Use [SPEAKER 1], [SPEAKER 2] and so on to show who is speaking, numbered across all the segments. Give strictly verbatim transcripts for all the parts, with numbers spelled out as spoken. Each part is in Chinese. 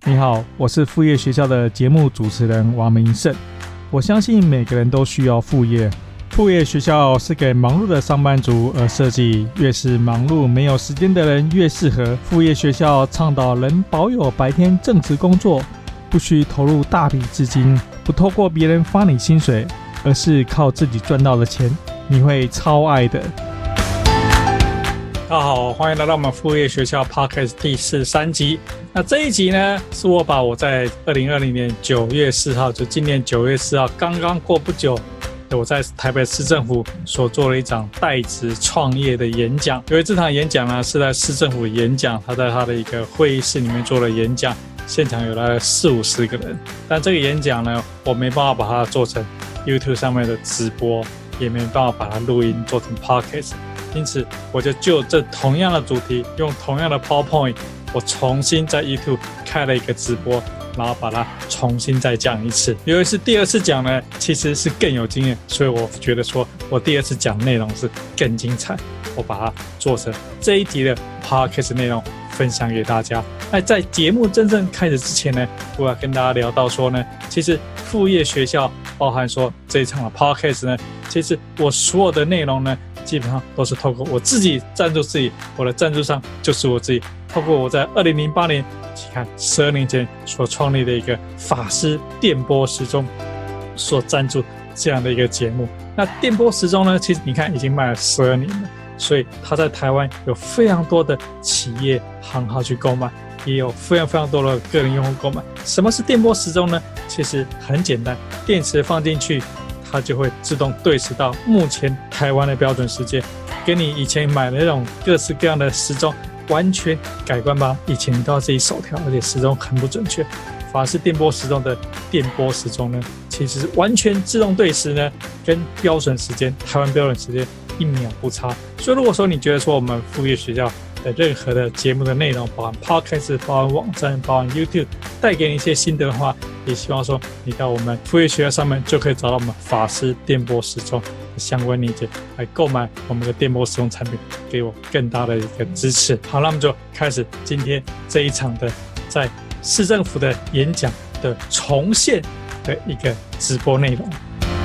[SPEAKER 1] 你好，我是副业学校的节目主持人王明胜。我相信每个人都需要副业，副业学校是给忙碌的上班族而设计，越是忙碌没有时间的人越适合。副业学校倡导能保有白天正职工作，不需投入大笔资金，不透过别人发你薪水，而是靠自己赚到的钱，你会超爱的。大家好，欢迎来到我们副业学校 Podcast 第四十三集。那这一集呢，是我把我在二零二零年九月四号，就今年九月四号刚刚过不久，我在台北市政府所做了一场代职创业的演讲。因为这场演讲呢是在市政府演讲，他在他的一个会议室里面做了演讲，现场有来了四五十个人。但这个演讲呢，我没办法把它做成 YouTube 上面的直播，也没办法把它录音做成 Podcast。因此，我就就这同样的主题，用同样的 PowerPoint， 我重新在 YouTube 开了一个直播，然后把它重新再讲一次。因为是第二次讲呢，其实是更有经验，所以我觉得说我第二次讲内容是更精彩，我把它做成这一集的 Podcast 内容分享给大家。那在节目真正开始之前呢，我要跟大家聊到说呢，其实副业学校包含说这一场的 Podcast 呢，其实我所有的内容呢，基本上都是透过我自己赞助自己，我的赞助商就是我自己，透过我在二零零八年，你看十二年前所创立的一个法师电波时钟所赞助这样的一个节目。那电波时钟呢，其实你看已经卖了十二年了，所以它在台湾有非常多的企业行号去购买，也有非常非常多的个人用户购买。什么是电波时钟呢？其实很简单，电池放进去，它就会自动对时到目前台湾的标准时间，跟你以前买的那种各式各样的时钟完全改观吧。以前你都要自己手调，而且时钟很不准确。法式电波时钟的电波时钟呢，其实完全自动对时呢，跟标准时间台湾标准时间一秒不差。所以如果说你觉得说我们副业学校的任何的节目的内容，包含 Podcast、包含网站、包含 YouTube， 带给你一些心得的话，也希望说你到我们副业学校上面就可以找到我们法师电波时钟的相关链接，来购买我们的电波时钟产品，给我更大的一个支持。好，那我们就开始今天这一场的在市政府的演讲的重现的一个直播内容。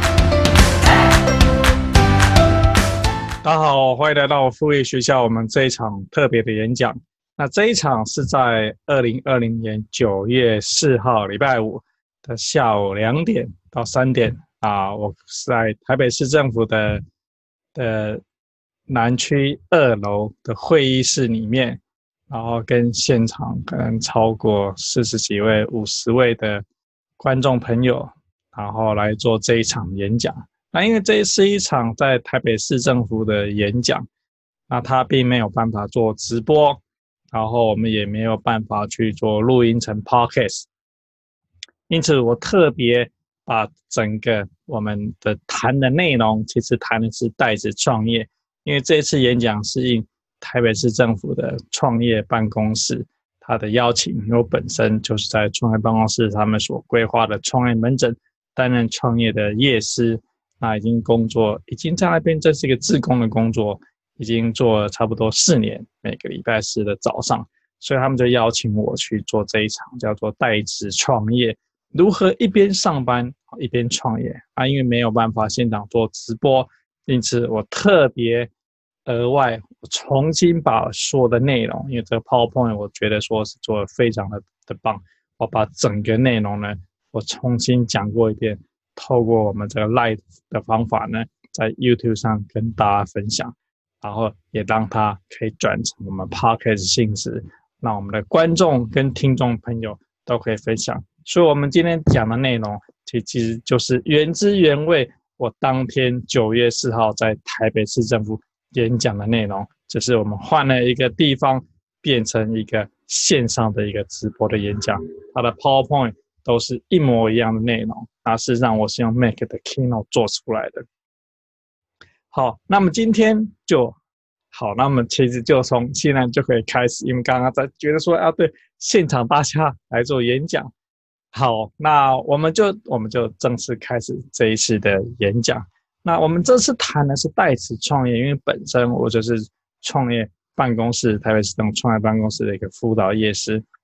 [SPEAKER 1] 大家好，欢迎来到副业学校我们这一场特别的演讲。那这一场是在二零二零年九月四号礼拜五的下午两点到三点啊，我是在台北市政府的的南区二楼的会议室里面，然后跟现场可能超过四十几位、五十位的观众朋友，然后来做这一场演讲。那因为这是一场在台北市政府的演讲，那它并没有办法做直播，然后我们也没有办法去做录音成 podcast， 因此我特别把整个我们的谈的内容，其实谈的是代职创业，因为这一次演讲是应台北市政府的创业办公室他的邀请，因为我本身就是在创业办公室他们所规划的创业门诊担任创业的业师。那已经工作，已经在那边，这是一个志工的工作，已经做了差不多四年，每个礼拜四的早上，所以他们就邀请我去做这一场叫做代职创业，如何一边上班一边创业啊？因为没有办法现场做直播，因此我特别额外我重新把所有的内容，因为这个 PowerPoint 我觉得说是做得非常的的棒，我把整个内容呢，我重新讲过一遍。透过我们这个 Live 的方法呢，在 YouTube 上跟大家分享，然后也让它可以转成我们 Podcast 性质，让我们的观众跟听众朋友都可以分享。所以我们今天讲的内容其实就是原汁原味我当天九月四号在台北市政府演讲的内容，只是我们换了一个地方，变成一个线上的一个直播的演讲，它的 PowerPoint 都是一模一样的内容，那事实上我是用 Mac 的 Keynote 做出来的。好，那么今天就好，那么其实就从现在就可以开始，因为刚刚在觉得说要对现场大家来做演讲。好，那我们就我们就正式开始这一次的演讲。那我们这次谈的是代职创业，因为本身我就是创业办公室台北市政府创业办公室的一个辅导业师，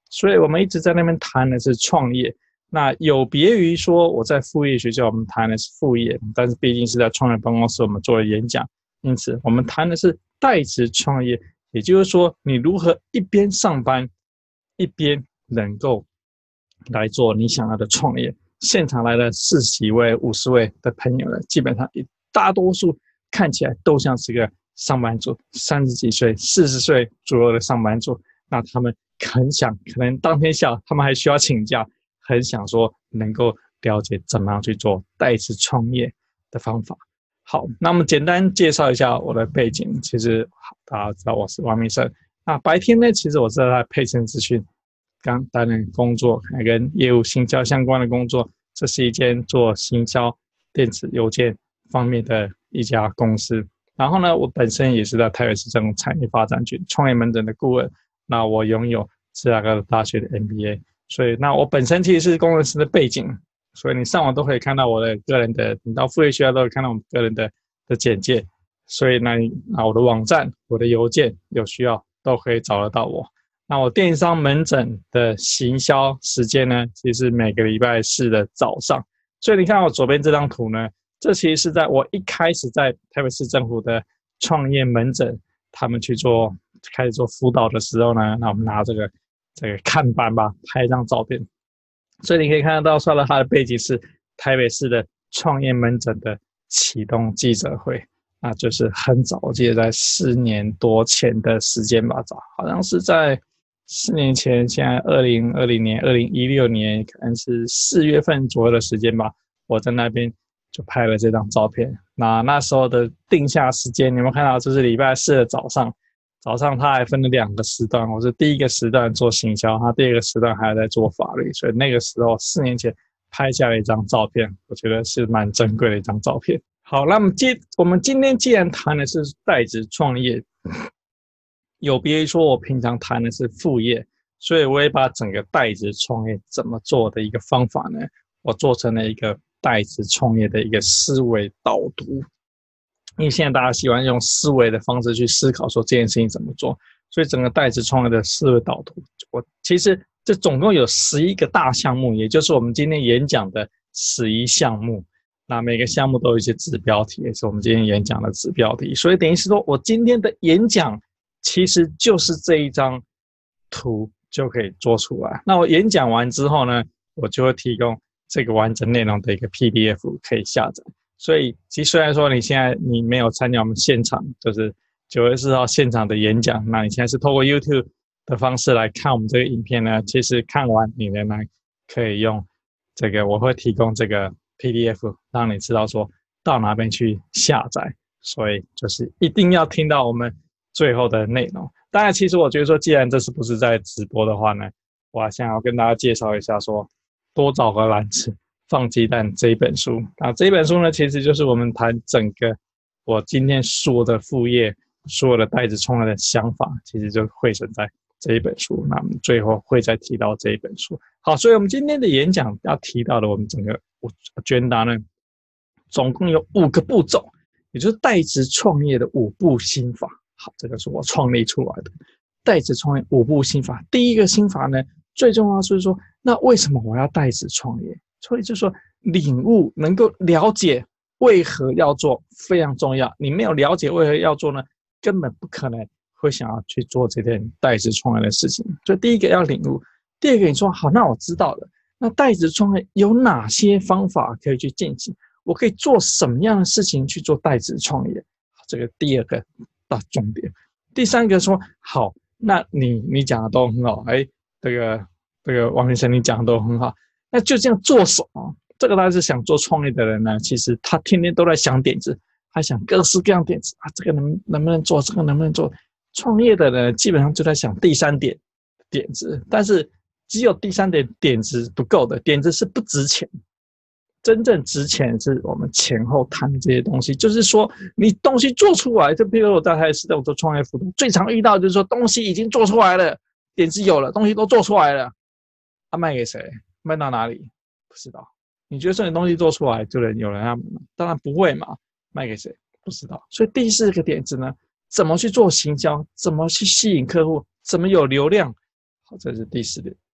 [SPEAKER 2] 所以我们一直在那边谈的是创业。那有别于说我在副业学校我们谈的是副业，但是毕竟是在创业办公室我们做了演讲，因此我们谈的是代职创业，也就是说你如何一边上班一边能够来做你想要的创业。现场来了四十几位五十位的朋友呢，基本上大多数看起来都像是个上班族，三十几岁四十岁左右的上班族，那他们很想可能当天下午他们还需要请假，很想说能够了解怎么样去做代职创业的方法。好，那么简单介绍一下我的背景。其实大家知道我是王明胜，那白天呢其实我是在配盛资讯刚担任工作，跟业务行销相关的工作。这是一间做行销电子邮件方面的一家公司。然后呢，我本身也是在台北市政府产业发展局创业门诊的顾问。那我拥有芝加哥大学的 M B A， 所以那我本身其实是工程师的背景，所以你上网都可以看到我的个人的，你到副业学校都可以看到我们个人的的简介。所以呢，那我的网站、我的邮件有需要都可以找得到我。那我电商门诊的行销时间呢，其实每个礼拜四的早上。所以你看我左边这张图呢，这其实是在我一开始在台北市政府的创业门诊，他们去做开始做辅导的时候呢，那我们拿这个这个看板吧，拍一张照片。所以你可以看得到，说了它的背景是台北市的创业门诊的启动记者会。那就是很早，我记得在四年多前的时间吧，早好像是在四年前，现在二零二零年、二零一六年，可能是四月份左右的时间吧，我在那边就拍了这张照片。那那时候的定下时间，你们看到这是礼拜四的早上，早上他还分了两个时段，我是第一个时段做行销，他第二个时段还在做法律，所以那个时候四年前拍下了一张照片，我觉得是蛮珍贵的一张照片。好，那么今我们今天既然谈的是代职创业，有别于说我平常谈的是副业，所以我也把整个代职创业怎么做的一个方法呢，我做成了一个代职创业的一个思维导图。因为现在大家喜欢用思维的方式去思考说这件事情怎么做，所以整个代职创业的思维导图，我其实这总共有十一个大项目，也就是我们今天演讲的十一项目。那每个项目都有一些指标题，也是我们今天演讲的指标题，所以等于是说我今天的演讲其实就是这一张图就可以做出来。那我演讲完之后呢，我就会提供这个完整内容的一个 P D F 可以下载。所以其实虽然说你现在你没有参加我们现场，就是九月四号现场的演讲，那你现在是透过 YouTube 的方式来看我们这个影片呢，其实看完你仍然可以用这个，我会提供这个P D F 让你知道说到哪边去下载，所以就是一定要听到我们最后的内容。当然其实我觉得说既然这是不是在直播的话呢，我想要跟大家介绍一下说多找个篮子放鸡蛋这一本书。那这一本书呢，其实就是我们谈整个我今天说的副业所有的代职创业的想法，其实就汇整在这一本书。那我们最后会再提到这一本书。好，所以我们今天的演讲要提到的我们整个agenda呢，总共有五个步骤，也就是代职创业的五步心法。好，这个是我创立出来的代职创业五步心法。第一个心法呢，最重要是说，那为什么我要代职创业？所以就是说，领悟能够了解为何要做非常重要。你没有了解为何要做呢，根本不可能会想要去做这件代职创业的事情。所以第一个要领悟，第二个你说好，那我知道了。那代职创业有哪些方法可以去进行？我可以做什么样的事情去做代职创业？这个第二个大重点。第三个说好，那你你讲的都很好，哎，这个这个王先生你讲的都很好，那就这样做什么？这个他是想做创业的人呢，其实他天天都在想点子，他想各式各样点子啊，这个能能不能做，这个能不能做？创业的人基本上就在想第三点点子，但是只有第三点点子不够的，点子是不值钱，真正值钱是我们前后谈的这些东西。就是说你东西做出来，就比如我在台北市政府做创业辅导，最常遇到就是说东西已经做出来了，点子有了，东西都做出来了，啊，卖给谁？卖到哪里？不知道。你觉得说你东西做出来就能有人要买吗？当然不会嘛，卖给谁？不知道。所以第四个点子呢，怎么去做行销，怎么去吸引客户，怎么有流量，好，这是第四点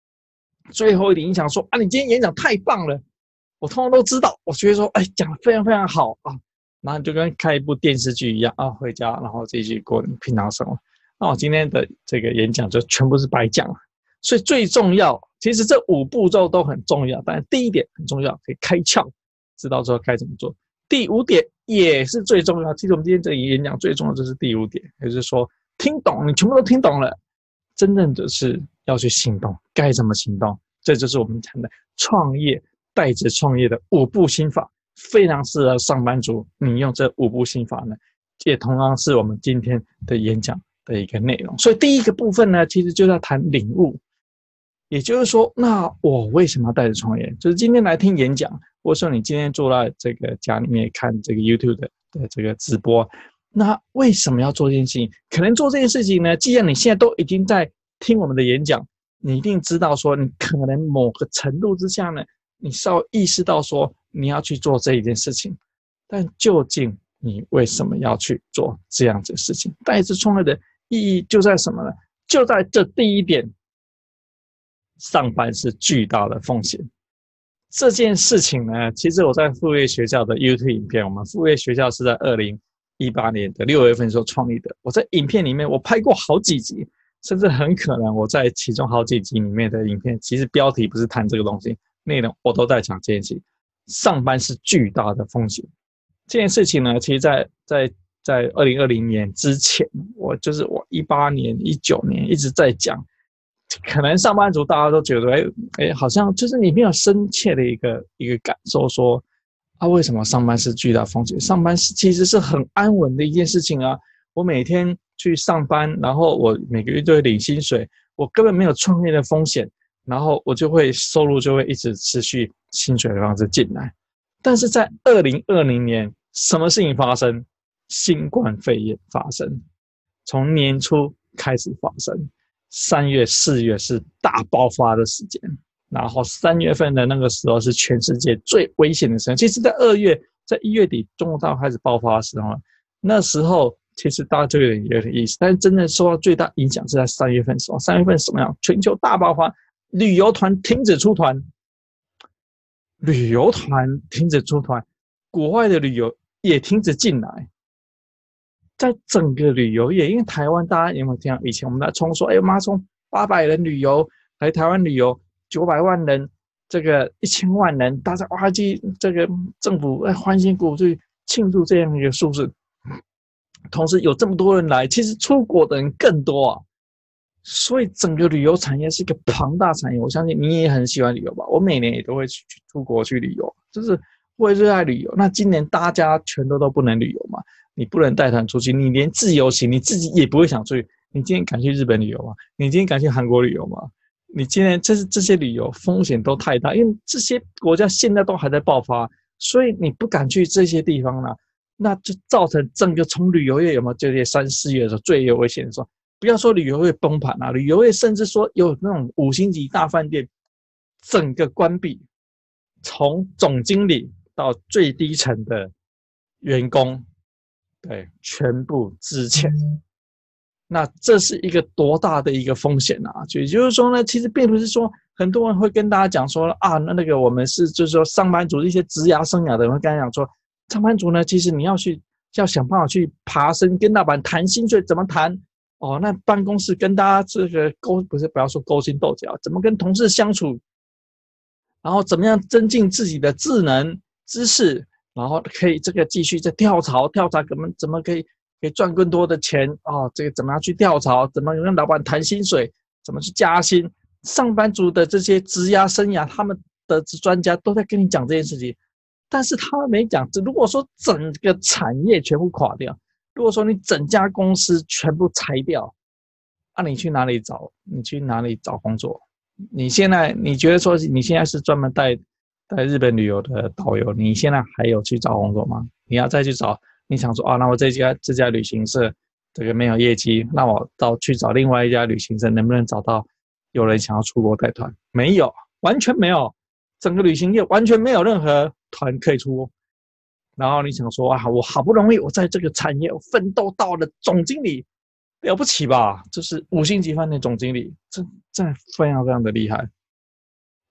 [SPEAKER 2] 最后一点影响说啊，你今天演讲太棒了，我通通都知道，我觉得说，哎，讲得非常非常好啊，然后就跟看一部电视剧一样啊，回家然后继续过你平常生活。那我今天的这个演讲就全部是白讲了。所以最重要，其实这五步骤都很重要，但是第一点很重要，可以开窍，知道之后该怎么做。第五点也是最重要，其实我们今天这个演讲最重要就是第五点，也就是说听懂，你全部都听懂了，真正的是要去行动，该怎么行动？这就是我们谈的创业带着创业的五步心法，非常适合上班族。你用这五步心法呢，也同样是我们今天的演讲的一个内容。所以第一个部分呢，其实就要谈领悟。也就是说，那我为什么要带着创业？就是今天来听演讲，或者说你今天坐在这个家里面看这个 YouTube 的, 的这个直播，那为什么要做这件事情？可能做这件事情呢，既然你现在都已经在听我们的演讲，你一定知道说，你可能某个程度之下呢，你稍微意识到说你要去做这一件事情，但究竟你为什么要去做这样子的事情？带着创业的意义就在什么呢？就在这第一点。上班是巨大的风险。这件事情呢，其实我在副业学校的 YouTube 影片，我们副业学校是在二零一八年的六月份所创立的。我在影片里面我拍过好几集，甚至很可能我在其中好几集里面的影片，其实标题不是谈这个东西，内容我都在讲这件事情。上班是巨大的风险。这件事情呢，其实在在在二零二零年之前，我就是我一八年、一九年一直在讲。可能上班族大家都觉得，哎哎，好像就是你没有深切的一个一个感受说，说啊，为什么上班是巨大风险？上班是其实是很安稳的一件事情啊。我每天去上班，然后我每个月都会领薪水，我根本没有创业的风险，然后我就会收入就会一直持续薪水的方式进来。但是在二零二零年，什么事情发生？新冠肺炎发生，从年初开始发生。三月、四月是大爆发的时间，然后三月份的那个时候是全世界最危险的时候。其实，在二月、在一月底，中国大陆开始爆发的时候，那时候其实大家就有点有点意思。但是真正受到最大影响是在三月份的时候。三月份什么样？全球大爆发，旅游团停止出团，旅游团停止出团，国外的旅游也停止进来。在整个旅游业，因为台湾大家有没有听到？以前我们在冲说，哎，我们从八百人旅游来台湾旅游，九百万人，这个一千万人，大家哇去这个政府哎欢欣鼓舞去庆祝这样一个数字。同时有这么多人来，其实出国的人更多啊，所以整个旅游产业是一个庞大产业。我相信你也很喜欢旅游吧？我每年也都会去出国去旅游，就是会热爱旅游。那今年大家全都都不能旅游嘛？你不能带团出去，你连自由行你自己也不会想出去。你今天敢去日本旅游吗？你今天敢去韩国旅游吗？你今天这是这些旅游风险都太大，因为这些国家现在都还在爆发，所以你不敢去这些地方了，那就造成整个从旅游业有没有就业三四月的时候最有危险的时候，不要说旅游业崩盘啊，旅游业甚至说有那种五星级大饭店整个关闭，从总经理到最低层的员工。对，全部资遣，那这是一个多大的一个风险啊！也就是说呢，其实并不是说很多人会跟大家讲说啊，那那个我们是就是说上班族一些职涯生涯的人会跟他讲说，上班族呢，其实你要去要想办法去爬升，跟老板谈薪水怎么谈哦？那办公室跟大家这个勾不是不要说勾心斗角，怎么跟同事相处，然后怎么样增进自己的智能知识。然后可以这个继续再跳槽，跳槽怎么怎么可以可以赚更多的钱哦？这个怎么样去跳槽？怎么跟老板谈薪水？怎么去加薪？上班族的这些职涯生涯，他们的专家都在跟你讲这件事情，但是他们没讲。如果说整个产业全部垮掉，如果说你整家公司全部裁掉，那、啊、你去哪里找？你去哪里找工作？你现在你觉得说你现在是专门带？在日本旅游的导游，你现在还有去找工作吗？你要再去找，你想说啊，那我这家这家旅行社这个没有业绩，那我到去找另外一家旅行社，能不能找到有人想要出国带团？没有，完全没有，整个旅行业完全没有任何团可以出。然后你想说啊，我好不容易我在这个产业奋斗到了总经理，了不起吧？就是五星级饭店总经理，这真的非常非常的厉害。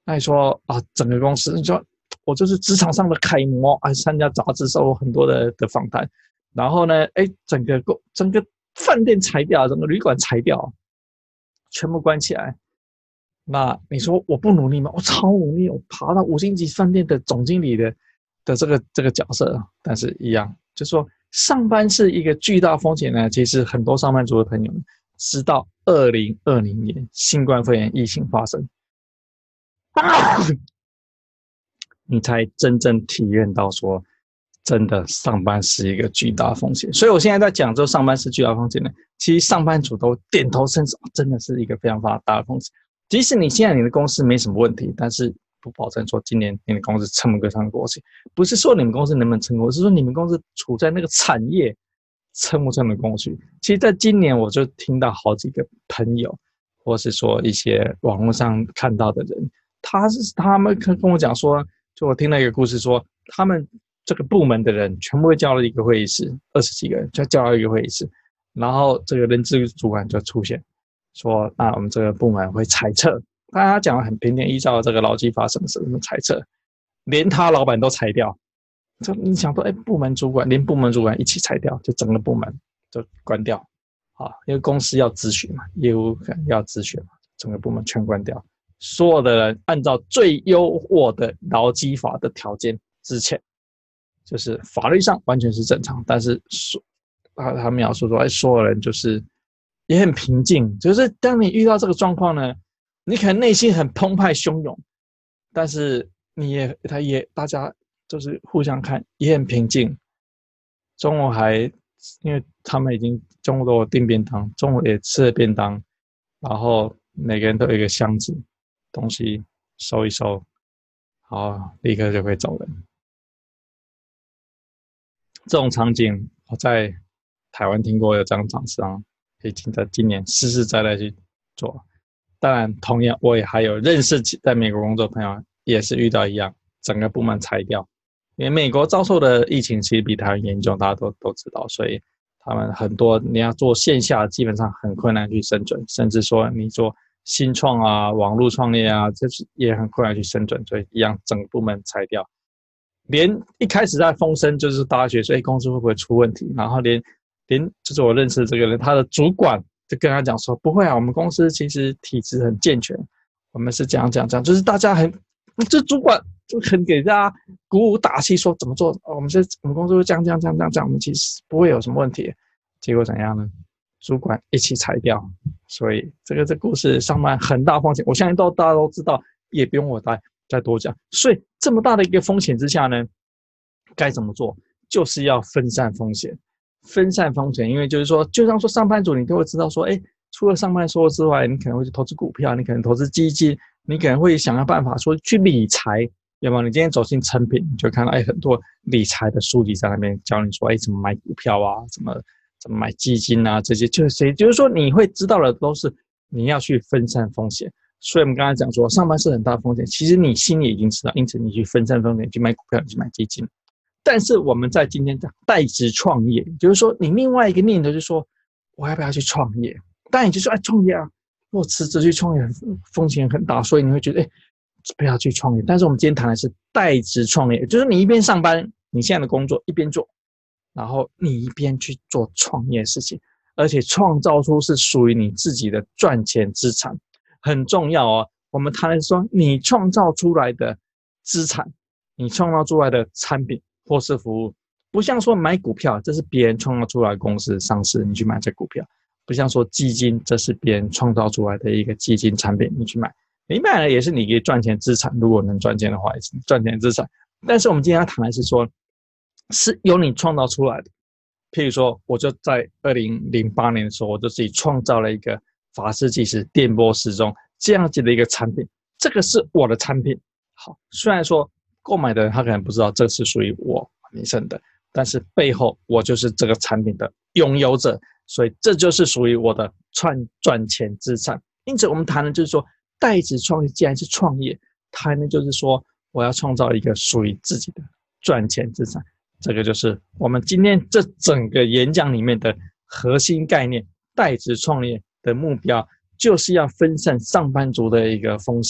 [SPEAKER 2] 那你说啊，整个公司，你说我就是职场上的楷模啊，参加杂志受很多的的访谈，然后呢，哎，整个公整个饭店裁掉，整个旅馆裁掉，全部关起来。那你说我不努力吗？我超努力，我爬到五星级饭店的总经理的的这个这个角色，但是一样，就是说上班是一个巨大风险呢。其实很多上班族的朋友，直到二零二零年新冠肺炎疫情发生，你才真正体验到说，真的上班是一个巨大风险。所以我现在在讲，这上班是巨大风险呢，其实上班族都点头称是，真的是一个非常大的风险。即使你现在你的公司没什么问题，但是不保证说今年你的公司撑不撑得过去。不是说你们公司能不能撑过去，是说你们公司处在那个产业撑不撑得过去。其实在今年我就听到好几个朋友，或是说一些网络上看到的人，他是他们跟我讲说，就我听了一个故事说，他们这个部门的人全部叫了一个会议室，二十几个人就叫了一个会议室，然后这个人资主管就出现说，那我们这个部门会裁撤。大家讲得很平点，依照这个劳基法什么什么裁撤，连他老板都裁掉。就你想说，哎，部门主管连部门主管一起裁掉，就整个部门就关掉啊，因为公司要咨询嘛，业务要咨询嘛，整个部门全关掉。所有的人按照最优渥的劳基法的条件之前，就是法律上完全是正常，但是他他描述说，哎，所有人就是也很平静，就是当你遇到这个状况呢，你可能内心很澎湃汹涌，但是你也他也大家就是互相看也很平静。中午还因为他们已经中午都有订便当，中午也吃了便当，然后每个人都有一个箱子，东西收一收，好，立刻就会走人。这种场景我在台湾听过有这样厂商，已经在今年实实在在去做。当然，同样我也还有认识在美国工作的朋友，也是遇到一样，整个部门裁掉。因为美国遭受的疫情其实比台湾严重，大家都都知道，所以他们很多你要做线下，基本上很困难去生存，甚至说你做新创啊、网络创业啊，这是也很困难去生存，所以一样整个部门裁掉。连一开始在风声就是大家觉得说，哎，公司会不会出问题？然后连连就是我认识的这个人，他的主管就跟他讲说，不会啊，我们公司其实体制很健全，我们是这样这样这样，就是大家很，这主管就很给大家鼓舞打气，说怎么做，哦、我们是我们公司会这样这样这样这样这样，我们其实不会有什么问题。结果怎样呢？主管一起裁掉，所以这个这故事上面很大风险，我相信都大家都知道，也不用我再再多讲。所以这么大的一个风险之下呢，该怎么做？就是要分散风险。分散风险，因为就是说，就像说上班族，你都会知道说，哎，除了上班收入之外，你可能会去投资股票，你可能投资基金，你可能会想要办法说去理财，有没有？你今天走进成品，你就看到哎很多理财的书籍在那边教你说，哎，怎么买股票啊，怎么怎么买基金啊，这些就是就是说你会知道的都是你要去分散风险。所以我们刚才讲说，上班是很大的风险，其实你心里已经知道，因此你去分散风险，去买股票，去买基金。但是我们在今天讲代职创业，就是说你另外一个念头就是说，我要不要去创业？但你就说，哎，创业啊，我辞职去创业，风险很大，所以你会觉得，哎，不要去创业。但是我们今天谈的是代职创业，就是你一边上班，你现在的工作一边做，然后你一边去做创业的事情，而且创造出是属于你自己的赚钱资产，很重要哦。我们谈的是说，你创造出来的资产，你创造出来的产品或是服务，不像说买股票，这是别人创造出来的公司上市，你去买这股票；不像说基金，这是别人创造出来的一个基金产品，你去买，你买了也是你可以赚钱资产，如果能赚钱的话，也是赚钱资产。但是我们今天要谈的是说，是由你创造出来的。譬如说，我就在二零零八年的时候，我就自己创造了一个法式计时电波时钟这样子的一个产品，这个是我的产品。好，虽然说购买的人他可能不知道这是属于我民生的，但是背后我就是这个产品的拥有者，所以这就是属于我的赚赚钱资产。因此我们谈的就是说，代职创业既然是创业，谈的就是说我要创造一个属于自己的赚钱资产。这个就是我们今天这整个演讲里面的核心概念，代职创业的目标就是要分散上班族的一个风险，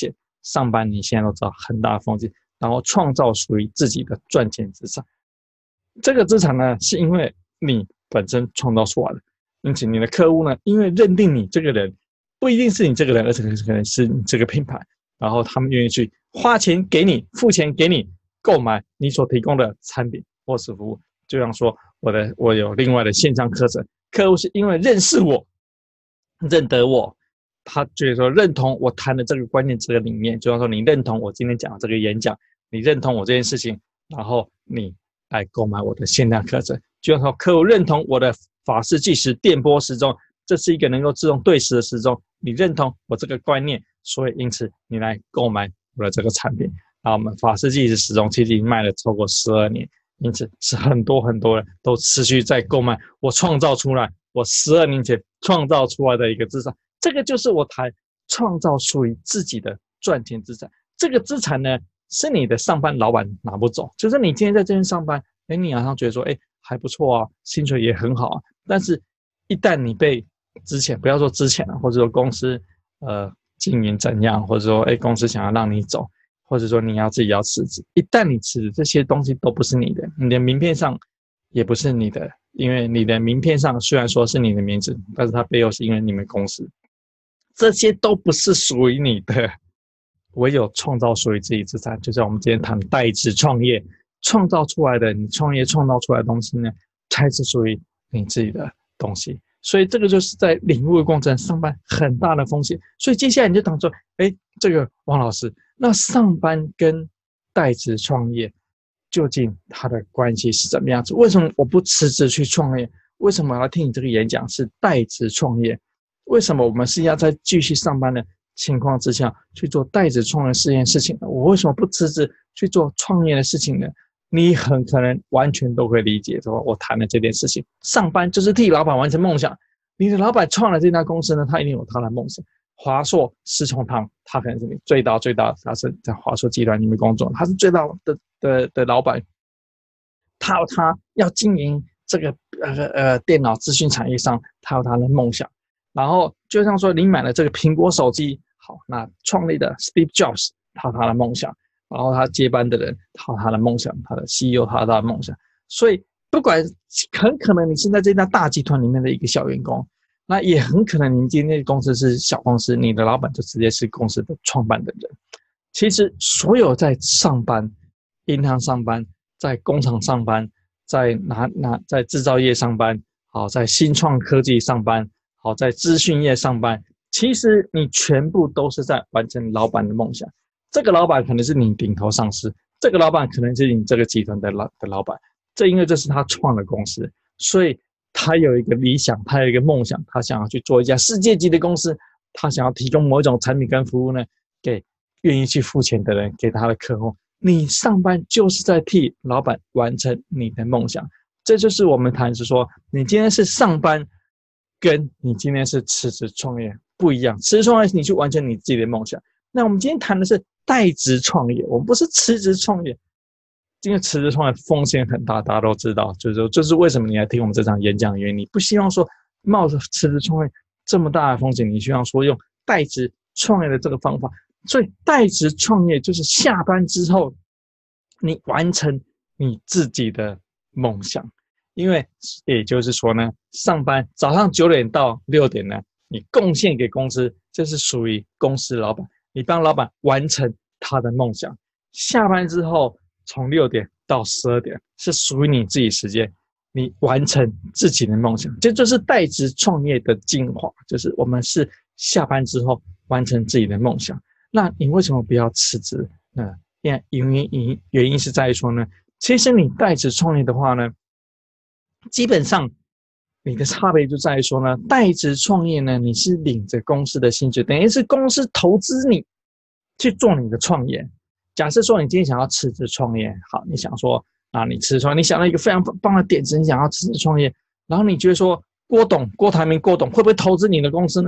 [SPEAKER 2] 上班你现在都知道很大的风险，然后创造属于自己的赚钱资产。这个资产呢，是因为你本身创造出来的，因此你的客户呢，因为认定你这个人不一定是你这个人，而且可能是你这个品牌，然后他们愿意去花钱给你，付钱给你购买你所提供的产品或是服务。就像说我的我有另外的线上课程，客户是因为认识我，认得我，他觉得说认同我谈的这个观念这个理念，就像说你认同我今天讲的这个演讲，你认同我这件事情，然后你来购买我的线上课程。就像说客户认同我的法式计时电波时钟，这是一个能够自动对时的时钟，你认同我这个观念，所以因此你来购买我的这个产品。那我们法式计时时钟其实已经卖了超过十二年，因此是很多很多人都持续在购买我创造出来我十二年前创造出来的一个资产。这个就是我谈创造属于自己的赚钱资产。这个资产呢，是你的上班老板拿不走，就是你今天在这边上班，哎，你好像觉得说，哎，还不错啊，薪水也很好啊，但是一旦你被之前不要说之前啊，或者说公司呃经营怎样，或者说哎公司想要让你走，或者说你要自己要辞职，一旦你辞职，这些东西都不是你的，你的名片上也不是你的，因为你的名片上虽然说是你的名字，但是它背后是因为你们公司，这些都不是属于你的。唯有创造属于自己资产，就像我们今天谈代职创业，创造出来的你创业创造出来的东西呢，才是属于你自己的东西。所以这个就是在领悟的过程上班很大的风险。所以接下来你就当说，哎，这个王老师，那上班跟代职创业究竟它的关系是怎么样子？为什么我不辞职去创业？为什么要听你这个演讲是代职创业？为什么我们是要在继续上班的情况之下去做代职创业这件事情呢？我为什么不辞职去做创业的事情呢？你很可能完全都会理解说我谈的这件事情，上班就是替老板完成梦想。你的老板创了这家公司呢，他一定有他的梦想。华硕、施崇棠，他可能是你最大最大，他是在华硕集团里面工作，他是最大的的的老板，他有他要经营这个呃呃电脑资讯产业上，他有他的梦想。然后就像说你买了这个苹果手机，好，那创立的 Steve Jobs 他有他的梦想，然后他接班的人他有他的梦想，他的 C E O 他有他的梦想。所以不管很可能你是在这家大集团里面的一个小员工，那也很可能你今天的公司是小公司，你的老板就直接是公司的创办的人。其实所有在上班，银行上班，在工厂上班，在哪哪在制造业上班，好，在新创科技上班，好，在资讯业上班，其实你全部都是在完成老板的梦想。这个老板可能是你顶头上司，这个老板可能是你这个集团的老的老板，这因为这是他创的公司，所以他有一个理想，他有一个梦想，他想要去做一家世界级的公司，他想要提供某一种产品跟服务呢，给愿意去付钱的人，给他的客户。你上班就是在替老板完成你的梦想，这就是我们谈是说，你今天是上班，跟你今天是辞职创业不一样。辞职创业是你去完成你自己的梦想，那我们今天谈的是代职创业，我们不是辞职创业。因为辞职创业风险很大，大家都知道，就是说，这是为什么你来听我们这场演讲的原因。你不希望说冒着辞职创业这么大的风险，你希望说用代职创业的这个方法。所以代职创业就是下班之后，你完成你自己的梦想。因为也就是说呢，上班早上九点到六点呢，你贡献给公司，这是属于公司老板，你帮老板完成他的梦想。下班之后，从六点到十二点是属于你自己时间，你完成自己的梦想。这就是代职创业的精华，就是我们是下班之后完成自己的梦想。那你为什么不要辞职呢？因为原因是在于说呢，其实你代职创业的话呢，基本上你的差别就在于说呢，代职创业呢，你是领着公司的薪水，等于是公司投资你去做你的创业。假设说你今天想要辞职创业，好，你想说啊，你辞职创业，你想到一个非常棒的点子，你想要辞职创业，然后你觉得说郭董、郭台铭、郭董会不会投资你的公司呢？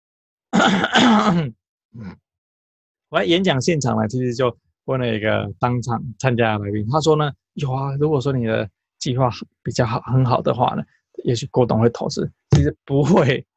[SPEAKER 2] 我在演讲现场呢，其实就问了一个当场参加的来宾，他说呢，有啊，如果说你的计划比较好、很好的话呢，也许郭董会投资。其实不会，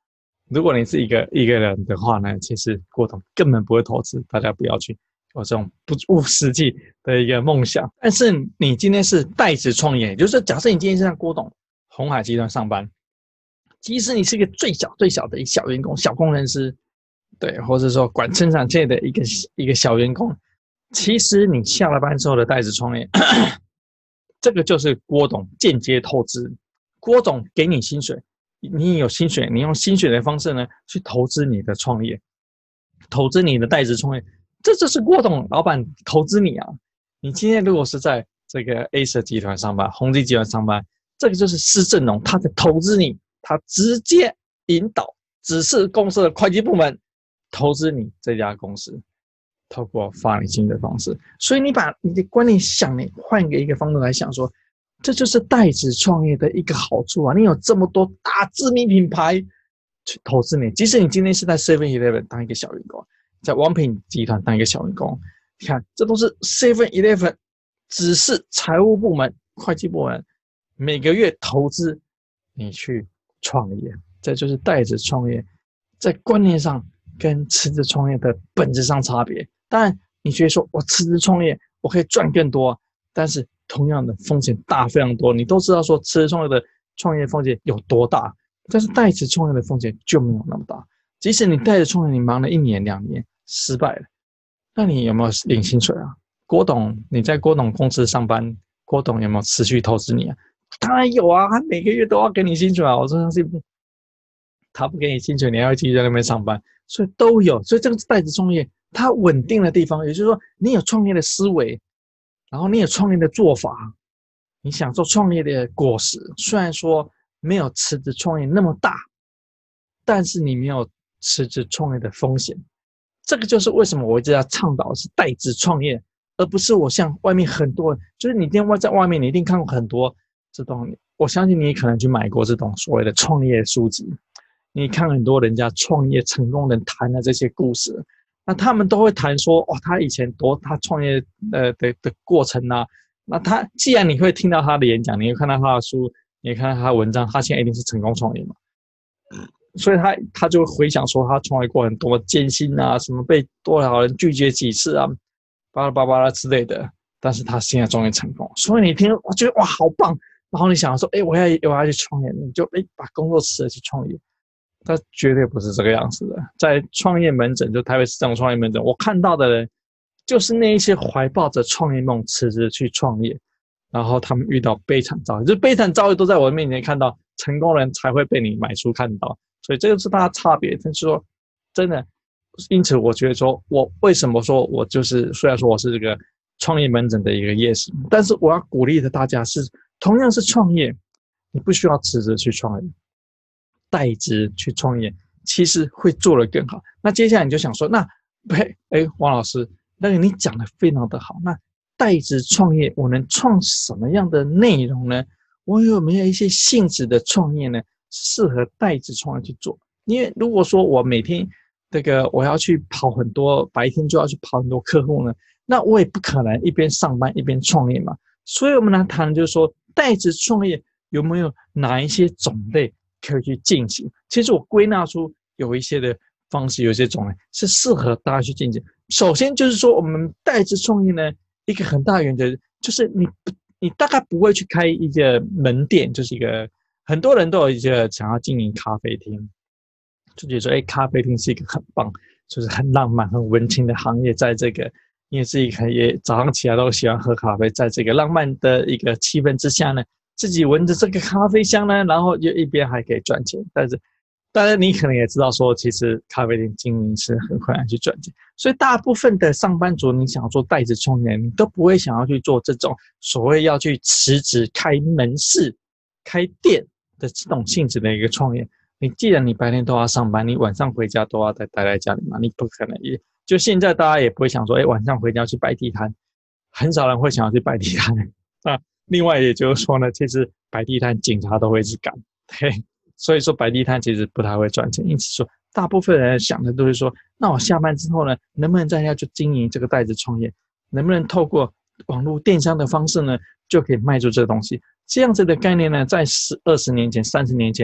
[SPEAKER 2] 如果你是一个一个人的话呢，其实郭董根本不会投资，大家不要去有这种不务实际的一个梦想。但是你今天是代职创业，也就是假设你今天是像郭董鸿海集团上班，即使你是一个最小最小的一小员工、小工程师，对，或者说管生产线的一个一个小员工，其实你下了班之后的代职创业，这个就是郭董间接透支。郭董给你薪水，你有薪水，你用薪水的方式呢去投资你的创业，投资你的代职创业，这就是郭董老板投资你啊。你今天如果是在这个 A 社集团上班、宏基集团上班，这个就是施正荣他的投资你，他直接引导指示公司的会计部门投资你这家公司，透过发你薪的方式。所以你把你的观念想，你换一个方式来想说，这就是代职创业的一个好处啊！你有这么多大知名品牌去投资你，即使你今天是在 seven eleven 当一个小员工，在王品集团当一个小员工，你看这都是 seven eleven 只是财务部门、会计部门每个月投资你去创业，这就是代职创业在观念上跟辞职创业的本质上差别。当然，你觉得说我辞职创业我可以赚更多，但是同样的风险大非常多。你都知道说辞职创业的创业风险有多大，但是代职创业的风险就没有那么大。即使你代职创业，你忙了一年两年失败了，那你有没有领薪水啊？郭董，你在郭董公司上班，郭董有没有持续投资你啊？当然有啊，他每个月都要给你薪水啊。我说相信他不给你薪水，你还要继续在那边上班，所以都有。所以这个代职创业，它稳定的地方，也就是说，你有创业的思维，然后你有创业的做法，你享受创业的果实。虽然说没有辞职创业那么大，但是你没有辞职创业的风险。这个就是为什么我一直要倡导的是代职创业，而不是我像外面很多人，就是你一定在外面你一定看过很多这种，我相信你也可能去买过这种所谓的创业书籍，你看很多人家创业成功人谈的这些故事，那他们都会谈说，哦，他以前多他创业呃 的, 的过程啊。那他既然你会听到他的演讲，你会看到他的书，你会看到他的文章，他现在一定是成功创业嘛。所以他他就会回想说他创业过很多艰辛啊，什么被多少人拒绝几次啊，巴拉巴拉之类的，但是他现在终于成功。所以你听我觉得哇好棒，然后你想说哎我要我要去创业，你就哎把工作辞了去创业。他绝对不是这个样子的。在创业门诊，就台北市政府创业门诊，我看到的人就是那一些怀抱着创业梦辞职去创业，然后他们遇到悲惨遭遇，就悲惨遭遇都在我的面前看到，成功人才会被你买书看到。所以这个是大家差别。但是说真的，因此我觉得说我为什么说我就是虽然说我是这个创业门诊的一个业师，但是我要鼓励的大家是同样是创业，你不需要辞职去创业，代职去创业其实会做得更好。那接下来你就想说，那哎，王老师，那个你讲得非常的好，那代职创业我能创什么样的内容呢？我有没有一些性质的创业呢适合代职创业去做？因为如果说我每天这个我要去跑很多，白天就要去跑很多客户呢，那我也不可能一边上班一边创业嘛。所以我们来谈就是说，代职创业有没有哪一些种类可以去进行？其实我归纳出有一些的方式，有一些种类是适合大家去进行。首先就是说，我们代职创业呢，一个很大的原则就是你你大概不会去开一个门店，就是一个很多人都有一个想要经营咖啡厅，就觉得说，哎，咖啡厅是一个很棒，就是很浪漫、很文青的行业，在这个因为自己可也早上起来都喜欢喝咖啡，在这个浪漫的一个气氛之下呢，自己闻着这个咖啡香呢，然后就一边还可以赚钱。但是当然你可能也知道说，其实咖啡店经营是很困难去赚钱，所以大部分的上班族，你想做代职创业，你都不会想要去做这种所谓要去辞职开门市开店的这种性质的一个创业。你既然你白天都要上班，你晚上回家都要待待在家里嘛，你不可能也就现在大家也不会想说，哎，晚上回家去摆地摊，很少人会想要去摆地摊啊。另外也就是说呢，其实摆地摊警察都会去赶，对。所以说摆地摊其实不太会赚钱，因此说大部分人想的都是说，那我下班之后呢，能不能在家就经营这个代职创业，能不能透过网络电商的方式呢，就可以卖出这个东西。这样子的概念呢，在十二十年前、三十年前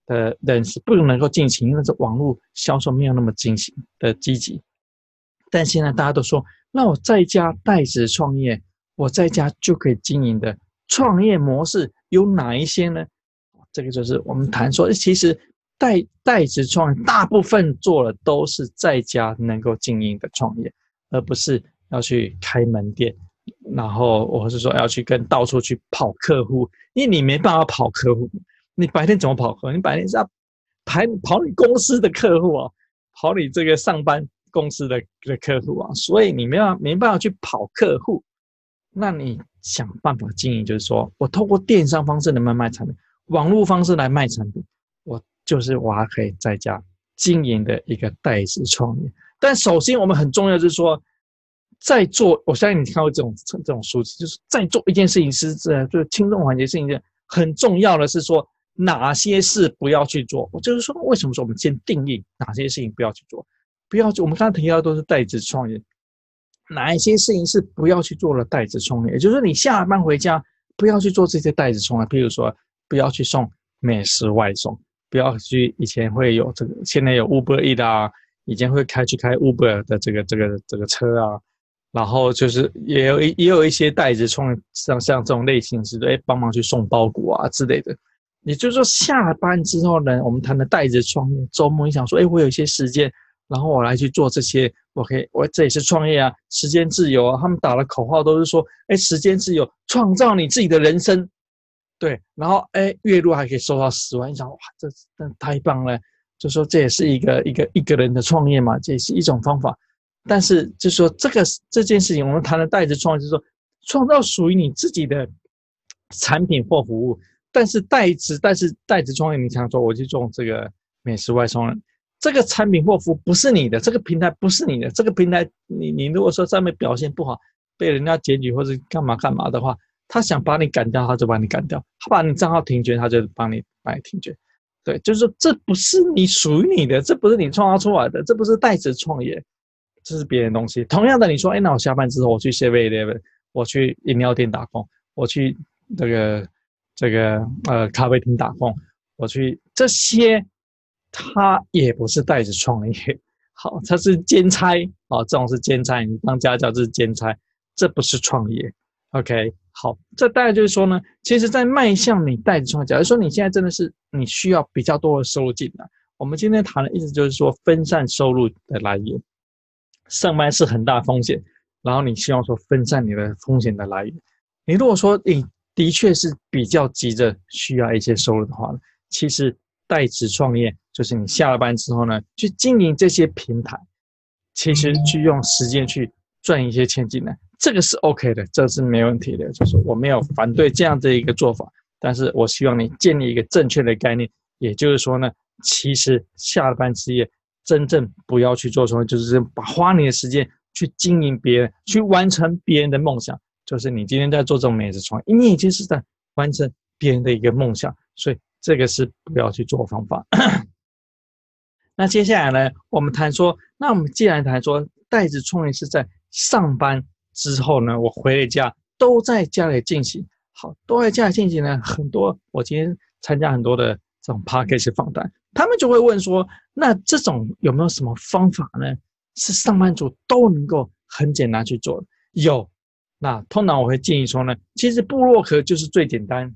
[SPEAKER 2] 的人是不能够进行，因为这网络销售没有那么进行的积极。但现在大家都说，那我在家代职创业，我在家就可以经营的创业模式有哪一些呢？这个就是我们谈说，其实代代职创业大部分做的都是在家能够经营的创业，而不是要去开门店，然后我是说要去跟到处去跑客户，因为你没办法跑客户，你白天怎么跑客户？你白天是要跑跑你公司的客户啊，跑你这个上班公司的的客户啊，所以你没办法没办法去跑客户，那你想办法经营，就是说我透过电商方式能不能卖产品，网络方式来卖产品，我就是我还可以在家经营的一个代职创业。但首先我们很重要就是说，在做，我相信你看过这种这种书籍，就是在做一件事情是就是轻重缓急事情，很重要的是说哪些事不要去做。我就是说，为什么说我们先定义哪些事情不要去做？不要我们刚才提到都是代职创业，哪一些事情是不要去做的代职创业？也就是说，你下班回家不要去做这些代职创业，譬如说不要去送美食外送，不要去以前会有这个，现在有 Uber Eats 啊，以前会开去开 Uber 的这个这个这个车啊，然后就是也有也有一些代职创业，像像这种类型是哎帮忙去送包裹啊之类的。也就是说，下班之后呢，我们谈的代职创业，周末你想说，哎，我有一些时间，然后我来去做这些，我可以，我这也是创业啊，时间自由啊。他们打的口号都是说，哎，时间自由，创造你自己的人生。对，然后哎，月入还可以收到十万，你想哇，这真太棒了！就说这也是一个一个一个人的创业嘛，这也是一种方法。但是就说这个这件事情，我们谈的代职创业，就是说创造属于你自己的产品或服务。但是代职，但是代职创业，你想说我去做这个美食外送，这个产品或服务不是你的，这个平台不是你的，这个平台你你如果说上面表现不好，被人家检举或者干嘛干嘛的话，他想把你赶掉，他就把你赶掉；他把你账号停权，他就帮你把你停权。对，就是说这不是你属于你的，这不是你创造出来的，这不是代职创业，这是别人的东西。同样的，你说，哎，那我下班之后我去 seven eleven， 我去饮料店打工，我去这个这个呃咖啡厅打工，我去这些，它也不是代职创业。好，它是兼差哦，这种是兼差，你当家教这是兼差，这不是创业。OK， 好，这大概就是说呢，其实在迈向你代职创业，假如说你现在真的是你需要比较多的收入进来，我们今天谈的意思就是说分散收入的来源。上班是很大风险，然后你希望说分散你的风险的来源。你如果说你的确是比较急着需要一些收入的话呢，其实代职创业就是你下了班之后呢，去经营这些平台，其实去用时间去赚一些钱进来，这个是 OK 的，这是没问题的，就是我没有反对这样的一个做法，但是我希望你建立一个正确的概念，也就是说呢，其实下了班之夜真正不要去做什么，就是把花你的时间去经营别人，去完成别人的梦想。就是你今天在做这种美食创业，你已经是在完成别人的一个梦想，所以这个是不要去做的方法。那接下来呢，我们谈说，那我们既然谈说代职创业是在上班之后呢，我回了家都在家里进行，好，都在家里进行呢，很多我今天参加很多的这种 podcast 访谈，他们就会问说，那这种有没有什么方法呢？是上班族都能够很简单去做的？有，那通常我会建议说呢，其实部落格就是最简单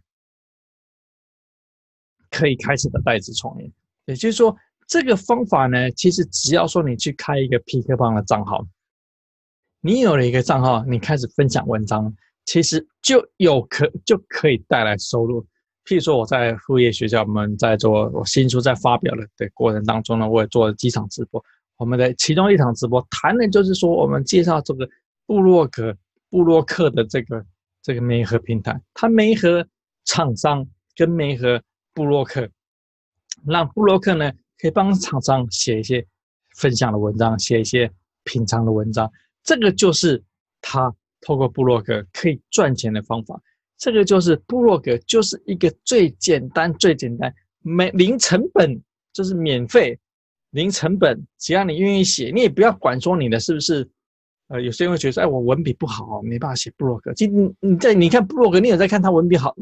[SPEAKER 2] 可以开始的代职创业。也就是说，这个方法呢，其实只要说你去开一个痞客邦的账号，你有了一个账号，你开始分享文章，其实就有可就可以带来收入。譬如说我在副业学校，我们在做我新书在发表的过程当中呢，我也做了几场直播。我们的其中一场直播谈的就是说，我们介绍这个部落格、部落客的这个这个媒合平台，它媒合厂商跟媒合部落客，让部落客呢可以帮厂商写一些分享的文章，写一些品尝的文章。这个就是他透过部落格可以赚钱的方法。这个就是部落格，就是一个最简单、最简单、没零成本，就是免费、零成本，只要你愿意写，你也不要管说你的是不是。呃，有些人会觉得说，哎，我文笔不好，没办法写部落格。其实你在你看部落格，你有在看他文笔好吗？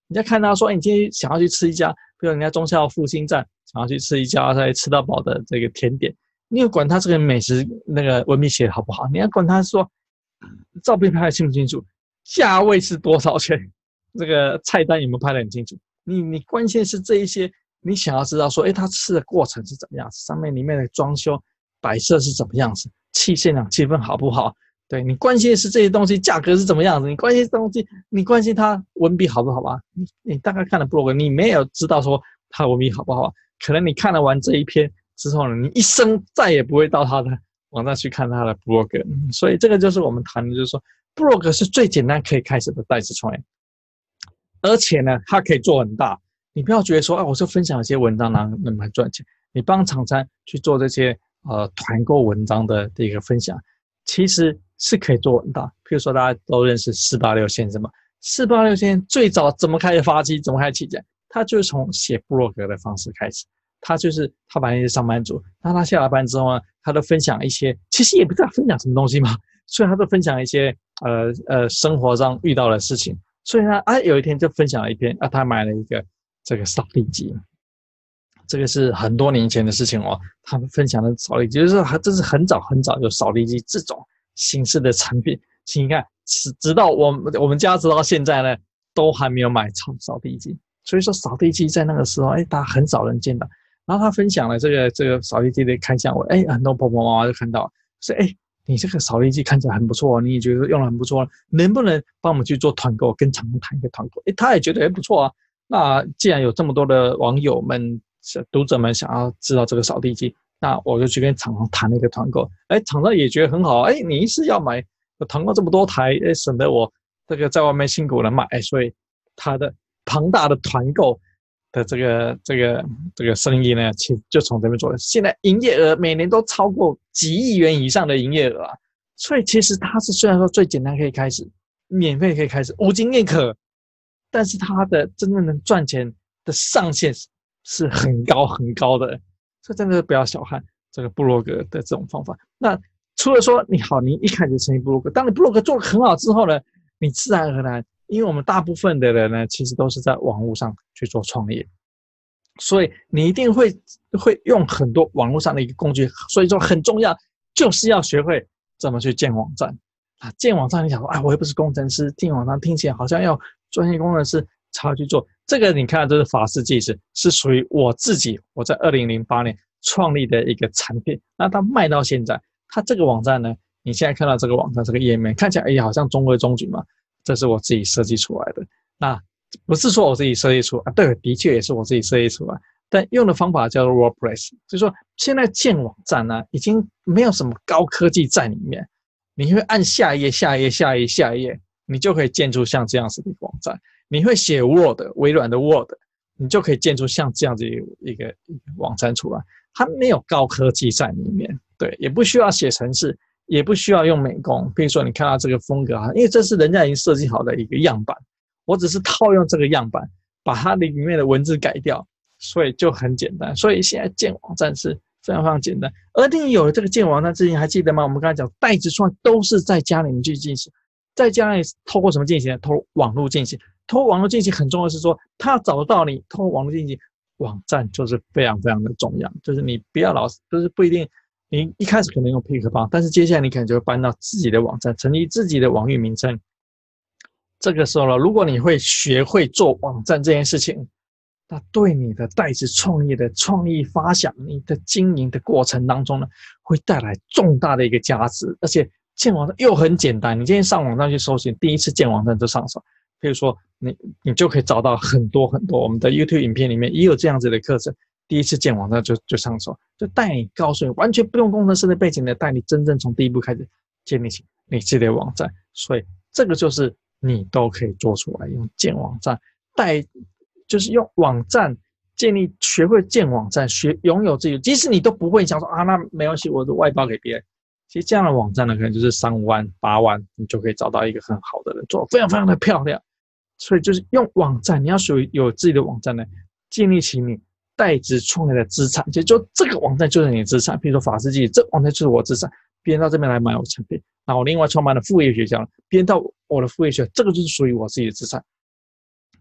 [SPEAKER 2] 人家看到说，哎，你今天想要去吃一家，比如人家忠孝复兴站想要去吃一家在吃到饱的这个甜点，你有管他这个美食那个文笔写的好不好？你要管他说照片拍的清不清楚，价位是多少钱，这个菜单有没有拍得很清楚？你你关键是这一些，你想要知道说，哎，他吃的过程是怎么样子，上面里面的装修摆设是怎么样子，气现场气氛好不好？对，你关心的是这些东西价格是怎么样子，你关心这东西，你关心他文笔好不好吧？你你大概看了 blog， 你没有知道说他文笔好不好，可能你看了完这一篇之后呢，你一生再也不会到他的网站去看他的 blog。所以这个就是我们谈的，就是说 blog 是最简单可以开始的代词创业，而且呢，它可以做很大。你不要觉得说，啊，我就分享一些文章能能蛮赚钱，你帮厂商去做这些呃团购文章的这个分享，其实是可以做很大。譬如说大家都认识四八六先生嘛，四八六先生最早怎么开始发迹，怎么开始起家？他就是从写部落格的方式开始。他就是他本来是上班族，那他下了班之后呢，他都分享一些，其实也不知道分享什么东西嘛，所以他都分享一些呃呃生活上遇到的事情。所以他啊有一天就分享了一篇啊，他买了一个这个扫地机，这个是很多年以前的事情哦。他们分享的扫地机，就是这是很早很早有扫地机这种形式的产品。请你看，直到我们我们家直到现在呢，都还没有买扫地机。所以说扫地机在那个时候，哎，大家很少人见到。然后他分享了这个这个扫地机的开箱文，哎，很多婆婆妈妈就看到，说，哎，你这个扫地机看起来很不错，你也觉得用得很不错，能不能帮我们去做团购，跟厂商谈一个团购？哎，他也觉得还不错啊。那既然有这么多的网友们、读者们想要知道这个扫地机，那我就去跟厂商谈了一个团购。哎，厂商也觉得很好，哎，你是要买团购这么多台，哎，省得我这个在外面辛苦的买，哎，所以他的庞大的团购的这个这个这个生意呢，其实就从这边做的。现在营业额每年都超过几亿元以上的营业额啊，所以其实它是虽然说最简单可以开始，免费可以开始，无经验可，但是它的真正能赚钱的上限是很高很高的，所以真的不要小看这个部落格的这种方法。那除了说你好，你一开始成立部落格，当你部落格做得很好之后呢，你自然而然。因为我们大部分的人呢，其实都是在网络上去做创业，所以你一定会会用很多网络上的一个工具，所以说很重要，就是要学会怎么去建网站啊。建网站，你想说，啊，我又不是工程师，建网站听起来好像要专业工程师才去做。这个你看，这是法式计时，是属于我自己我在二零零八年创立的一个产品。那它卖到现在，它这个网站呢，你现在看到这个网站这个页面，看起来哎，好像中规中矩嘛。这是我自己设计出来的，那不是说我自己设计出来，对，的确也是我自己设计出来，但用的方法叫做 WordPress， 就是说现在建网站呢，已经没有什么高科技在里面，你会按下一页、下一页、下一页、下一页，你就可以建出像这样子的一个网站。你会写 Word， 微软的 Word， 你就可以建出像这样子一个一个网站出来，它没有高科技在里面，对，也不需要写程式。也不需要用美工，比如说你看到这个风格啊，因为这是人家已经设计好的一个样板，我只是套用这个样板，把它里面的文字改掉，所以就很简单。所以现在建网站是非常非常简单。而你有了这个建网站之前，还记得吗？我们刚才讲代词创都是在家里面去进行，在家里透过什么进行呢？透过网络进行。透过网络进行很重要的是说，他要找到你，透过网络进行，网站就是非常非常的重要，就是你不要老是，就是不一定。你一开始可能用 pick 帮，但是接下来你可能就会搬到自己的网站，成立自己的网域名称。这个时候呢，如果你会学会做网站这件事情，那对你的代词创业的创意发想、你的经营的过程当中呢，会带来重大的一个价值。而且建网站又很简单，你今天上网站去搜寻，第一次建网站就上手。比如说你你就可以找到很多很多我们的 YouTube 影片里面也有这样子的课程。第一次建网站就就上手，就带你告诉你，完全不用工程师的背景的，带你真正从第一步开始建立起你自己的网站。所以这个就是你都可以做出来，用建网站带，就是用网站建立，学会建网站，学拥有自己，即使你都不会，想说啊，那没关系，我就外包给别人。其实这样的网站呢，可能就是三五万、八万，你就可以找到一个很好的人，做得非常非常的漂亮。所以就是用网站，你要属于有自己的网站呢，建立起你代词创业的资产，就就这个网站就是你的资产。比如说法式计，这网站就是我的资产，别人到这边来买我的产品，那我另外创办的副业学校，别人到我的副业学校，这个就是属于我自己的资产。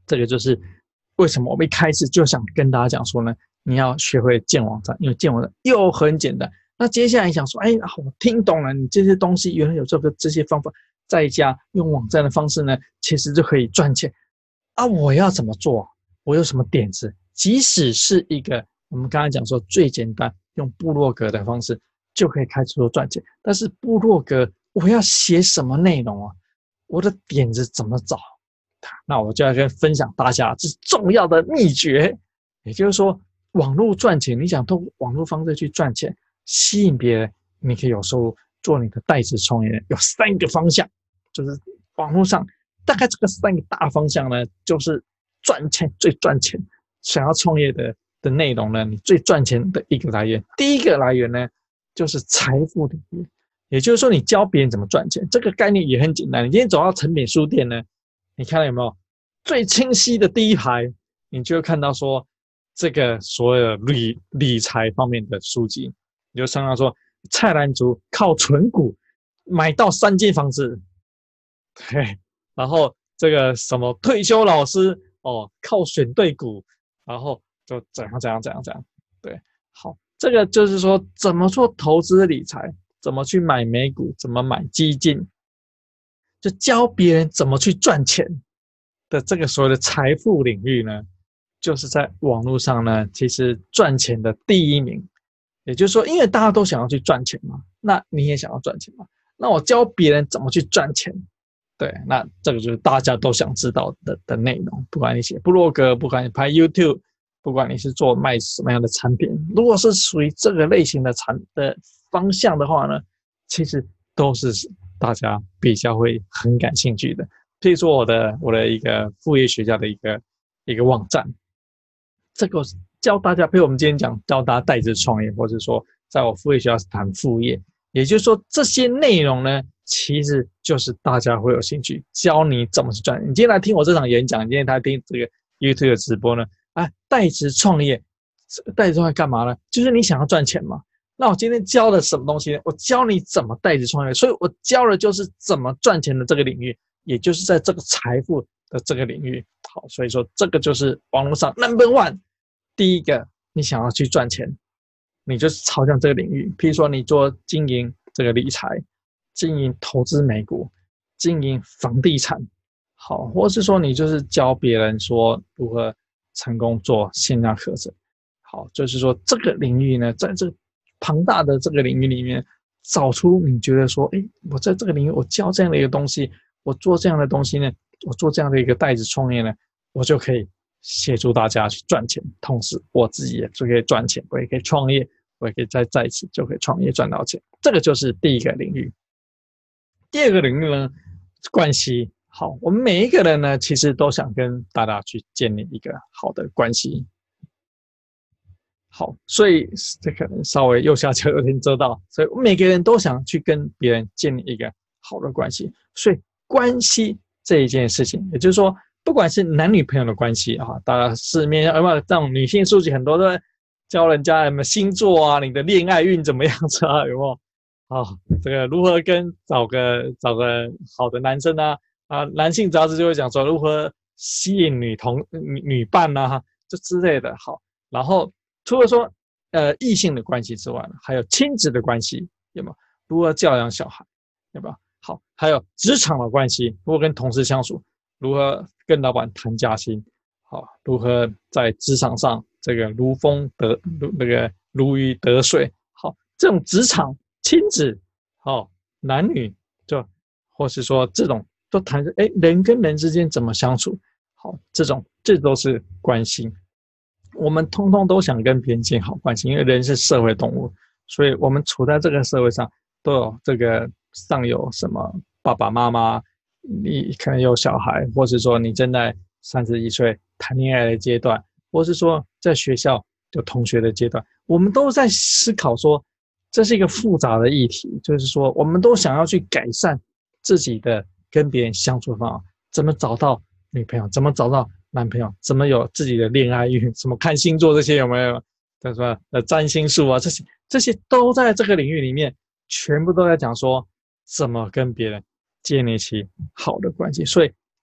[SPEAKER 2] 这个就是为什么我们一开始就想跟大家讲说呢，你要学会建网站，因为建网站又很简单。那接下来想说，哎，我听懂了，你这些东西原来有这个这些方法，在家用网站的方式呢，其实就可以赚钱啊！我要怎么做？我有什么点子？即使是一个我们刚才讲说最简单，用部落格的方式就可以开始做赚钱，但是部落格我要写什么内容啊？我的点子怎么找？那我就要跟分享大家这是重要的秘诀，也就是说，网络赚钱，你想通过网络方式去赚钱，吸引别人，你可以有收入，做你的代职创业，有三个方向，就是网络上大概这个三个大方向呢，就是赚钱最赚钱，想要创业的的内容呢，你最赚钱的一个来源。第一个来源呢，就是财富领域，也就是说，你教别人怎么赚钱，这个概念也很简单。你今天走到诚品书店呢，你看到有没有最清晰的第一排，你就会看到说这个所有理理财方面的书籍，你就看到说蔡澜族靠存股买到三间房子，对，然后这个什么退休老师哦靠选对股，然后就怎样怎样怎样怎样，对，好，这个就是说怎么做投资理财，怎么去买美股，怎么买基金。就教别人怎么去赚钱的这个所谓的财富领域呢，就是在网络上呢，其实赚钱的第一名。也就是说，因为大家都想要去赚钱嘛，那你也想要赚钱嘛，那我教别人怎么去赚钱，对，那这个就是大家都想知道 的, 的内容。不管你写部落格，不管你拍 YouTube， 不管你是做卖什么样的产品，如果是属于这个类型的产的方向的话呢，其实都是大家比较会很感兴趣的。譬如说我的我的一个副业学校的一个一个网站，这个教大家，比如我们今天讲教大家代职创业，或者说在我副业学校是谈副业，也就是说这些内容呢，其实就是大家会有兴趣，教你怎么去赚。你今天来听我这场演讲，你今天来听这个 YouTube 的直播呢，啊，代职创业，代职创业干嘛呢？就是你想要赚钱嘛。那我今天教的什么东西呢？我教你怎么代职创业，所以我教的就是怎么赚钱的这个领域，也就是在这个财富的这个领域。好，所以说这个就是网络上 number one， 第一个你想要去赚钱，你就是朝向这个领域。譬如说你做经营这个理财，经营投资美股，经营房地产，好，或是说你就是教别人说如何成功做线上课程。好，就是说这个领域呢，在这个庞大的这个领域里面，找出你觉得说，哎，我在这个领域我教这样的一个东西，我做这样的东西呢，我做这样的一个代职创业呢，我就可以协助大家去赚钱，同时我自己也就可以赚钱，我也可以创业，我也可以在在一起就可以创业赚到钱。这个就是第一个领域。第二个领域呢，关系。好，我们每一个人呢，其实都想跟大家去建立一个好的关系。好，所以这可能稍微右下角有点遮到，所以每个人都想去跟别人建立一个好的关系。所以关系这一件事情，也就是说，不管是男女朋友的关系啊，大家市面上有没有这种女性书籍很多都在教人家有没有星座啊，你的恋爱运怎么样子啊，有没有？啊，这个如何跟找个找个好的男生啊？啊，男性杂志就会讲说如何吸引女同女女伴啊，这之类的。好，然后除了说呃异性的关系之外呢，还有亲子的关系，有没有？如何教养小孩，有没有？好，还有职场的关系，如何跟同事相处，如何跟老板谈加薪，好，如何在职场上这个如风得那个如鱼得水。好，这种职场、亲子、好男女，就或是说这种都谈哎人跟人之间怎么相处，好，这种这都是关系。我们通通都想跟别人建好关系，因为人是社会动物，所以我们处在这个社会上都有这个上有什么爸爸妈妈，你可能有小孩，或是说你正在三十一岁谈恋爱的阶段，或是说在学校有同学的阶段，我们都在思考说这是一个复杂的议题，就是说我们都想要去改善自己的跟别人相处方法，怎么找到女朋友，怎么找到男朋友，怎么有自己的恋爱运，什么看星座这些有没有？对吧？呃，占星术啊，这些这些都在这个领域里面，全部都在讲说怎么跟别人建立起好的关系。所以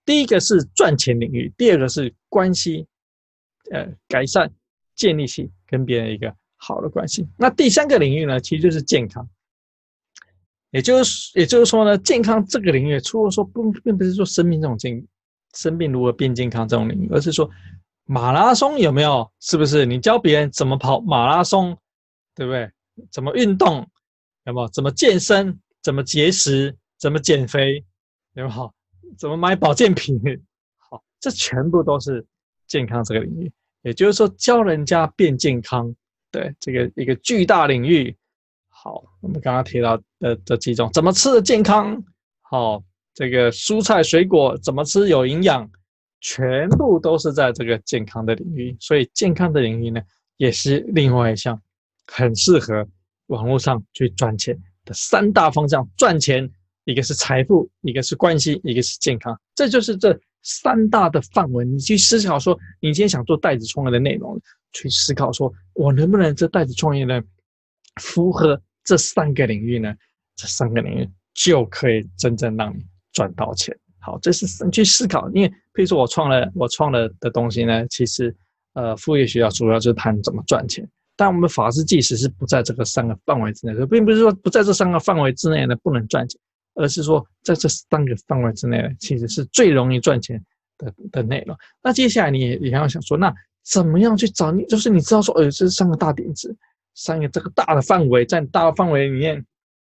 [SPEAKER 2] 第一个是赚钱领域，第二个是关系，呃，改善、建立起跟别人一个好的关系。那第三个领域呢，其实就是健康。也就是也就是说呢，健康这个领域，除了说不并不是说生命这种健生病如何变健康这种领域，而是说马拉松有没有？是不是你教别人怎么跑马拉松，对不对？怎么运动，有没有？怎么健身？怎么节食？怎么减肥？有没有？怎么买保健品？好，这全部都是健康这个领域。也就是说，教人家变健康，对这个一个巨大领域。好，我们刚刚提到的这几种，怎么吃的健康？好，这个蔬菜水果怎么吃有营养，全部都是在这个健康的领域。所以健康的领域呢，也是另外一项很适合网络上去赚钱的三大方向。赚钱，一个是财富，一个是关系，一个是健康。这就是这三大的范围。你去思考说，你今天想做带子创业的内容，去思考说我能不能这带子创业呢，符合这三个领域呢？这三个领域就可以真正让你赚到钱。好，这是你去思考。因为譬如说我创了我创了的东西呢，其实呃副业学校主要就是谈怎么赚钱。但我们法师纪实是不在这个三个范围之内，并不是说不在这三个范围之内呢不能赚钱，而是说在这三个范围之内呢，其实是最容易赚钱的的内容。那接下来你也也要想说，那怎么样去找你？就是你知道说，呃，这是三个大点子。三个这个大的范围，在大的范围里面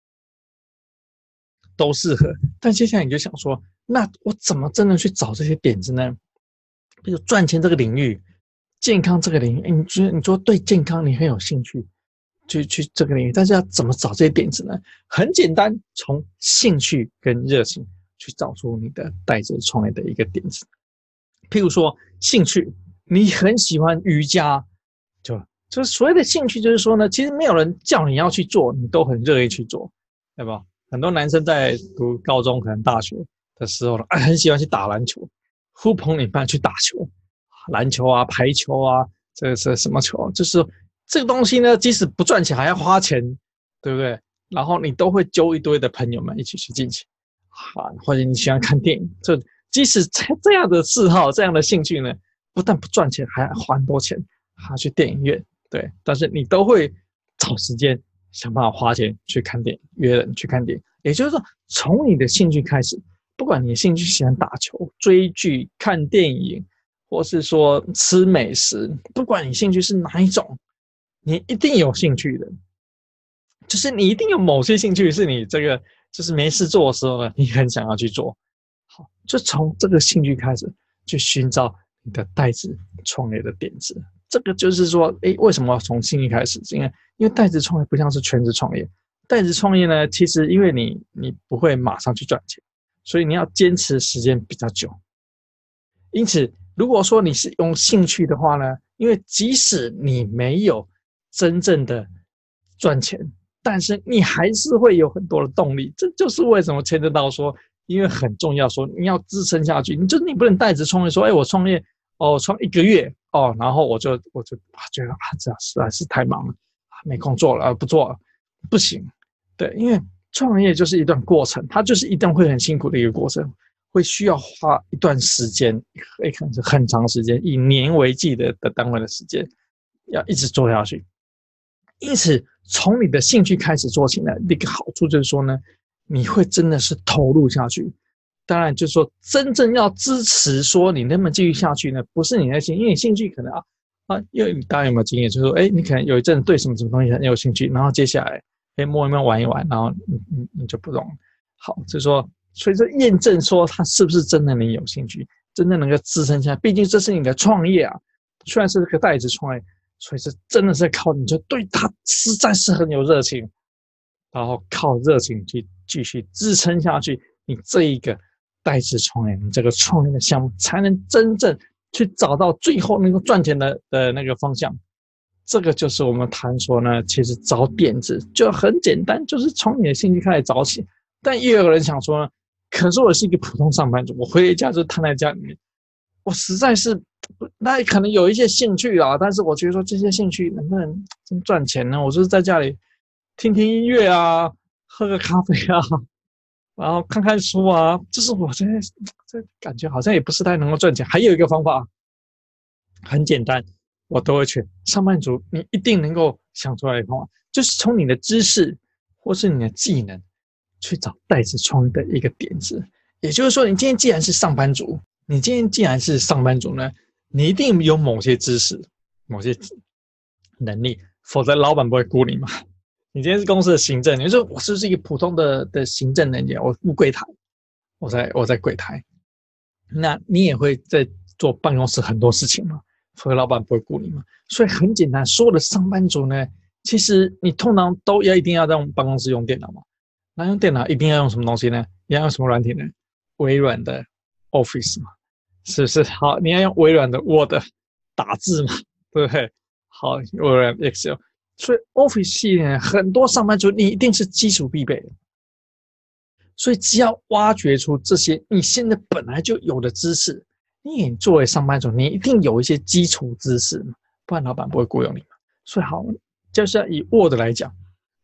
[SPEAKER 2] 都适合，但接下来你就想说，那我怎么真的去找这些点子呢？比如赚钱这个领域，健康这个领域，你觉得你说对健康你很有兴趣，去去这个领域，但是要怎么找这些点子呢？很简单，从兴趣跟热情去找出你的带着创业的一个点子。譬如说兴趣，你很喜欢瑜伽，就就是所谓的兴趣，就是说呢，其实没有人叫你要去做，你都很乐意去做，对吧？很多男生在读高中可能大学的时候呢，哎，很喜欢去打篮球，呼朋引伴去打球，篮球啊、排球啊，这个是什么球？就是这个东西呢，即使不赚钱还要花钱，对不对？然后你都会揪一堆的朋友们一起去进行，啊，或者你喜欢看电影，这即使这样的嗜好、这样的兴趣呢，不但不赚钱，还花很多钱，还要去电影院。对，但是你都会找时间想办法花钱去看电影，约人去看电影。也就是说，从你的兴趣开始，不管你的兴趣喜欢打球、追剧、看电影，或是说吃美食，不管你兴趣是哪一种，你一定有兴趣的，就是你一定有某些兴趣是你这个就是没事做的时候呢，你很想要去做。好，就从这个兴趣开始去寻找你的带子创业的点子。这个就是说，诶，为什么要从兴趣开始？因为因为带子创业不像是全职创业，带子创业呢，其实因为你你不会马上去赚钱，所以你要坚持时间比较久。因此，如果说你是用兴趣的话呢，因为即使你没有真正的赚钱，但是你还是会有很多的动力。这就是为什么牵扯到说，因为很重要，说你要支撑下去，你就是你不能带着创业说，哎，我创业哦，创一个月。哦，然后我就我就觉得啊，这样实在是太忙了，没工作了，不做了，不行。对，因为创业就是一段过程，它就是一段会很辛苦的一个过程，会需要花一段时间，也可能是很长时间，以年为计的的单位的时间，要一直做下去。因此，从你的兴趣开始做起呢，一个好处就是说呢，你会真的是投入下去。当然，就是说，真正要支持说你能不能继续下去呢？不是你的兴趣，因为你兴趣可能啊啊，因为你大家有没有经验，就是说，哎，你可能有一阵对什么什么东西很有兴趣，然后接下来，哎，摸一摸玩一玩，然后你你你就不懂。好，就是说，所以说验证说他是不是真的你有兴趣，真的能够支撑下来。毕竟这是你的创业啊，虽然是个带子创业，所以是真的是靠你就对他实在是很有热情，然后靠热情去继续支撑下去，你这一个带子创业，你这个创业的项目才能真正去找到最后能够赚钱的的那个方向。这个就是我们谈说呢，其实找点子就很简单，就是从你的兴趣开始找起。但也有人想说呢，可是我是一个普通上班族，我回家就瘫在家里面，我实在是那可能有一些兴趣啦，但是我觉得说这些兴趣能不能真赚钱呢？我就是在家里听听音乐啊，喝个咖啡啊， 然后看看书啊，就是我现在这感觉好像也不是太能够赚钱。还有一个方法很简单，我都会劝上班族，你一定能够想出来的方法，就是从你的知识或是你的技能去找带子创业的一个点子。也就是说，你今天既然是上班族，你今天既然是上班族呢，你一定有某些知识、某些能力，否则老板不会雇你嘛。你今天是公司的行政，你说我是不是一个普通的的行政人员？我顾柜台，我在我在柜台，那你也会在做办公室很多事情嘛，否则老板不会雇你嘛。所以很简单，所有的上班族呢，其实你通常都要一定要在办公室用电脑嘛。那用电脑一定要用什么东西呢？要用什么软体呢？微软的 Office 嘛，是不是？好，你要用微软的 Word 打字嘛，对不对？好，微软 Excel。所以 Office 系列很多上班族你一定是基础必备的，所以只要挖掘出这些你现在本来就有的知识，你也作为上班族你一定有一些基础知识嘛，不然老板不会雇佣你嘛。所以好，就是以 Word 来讲，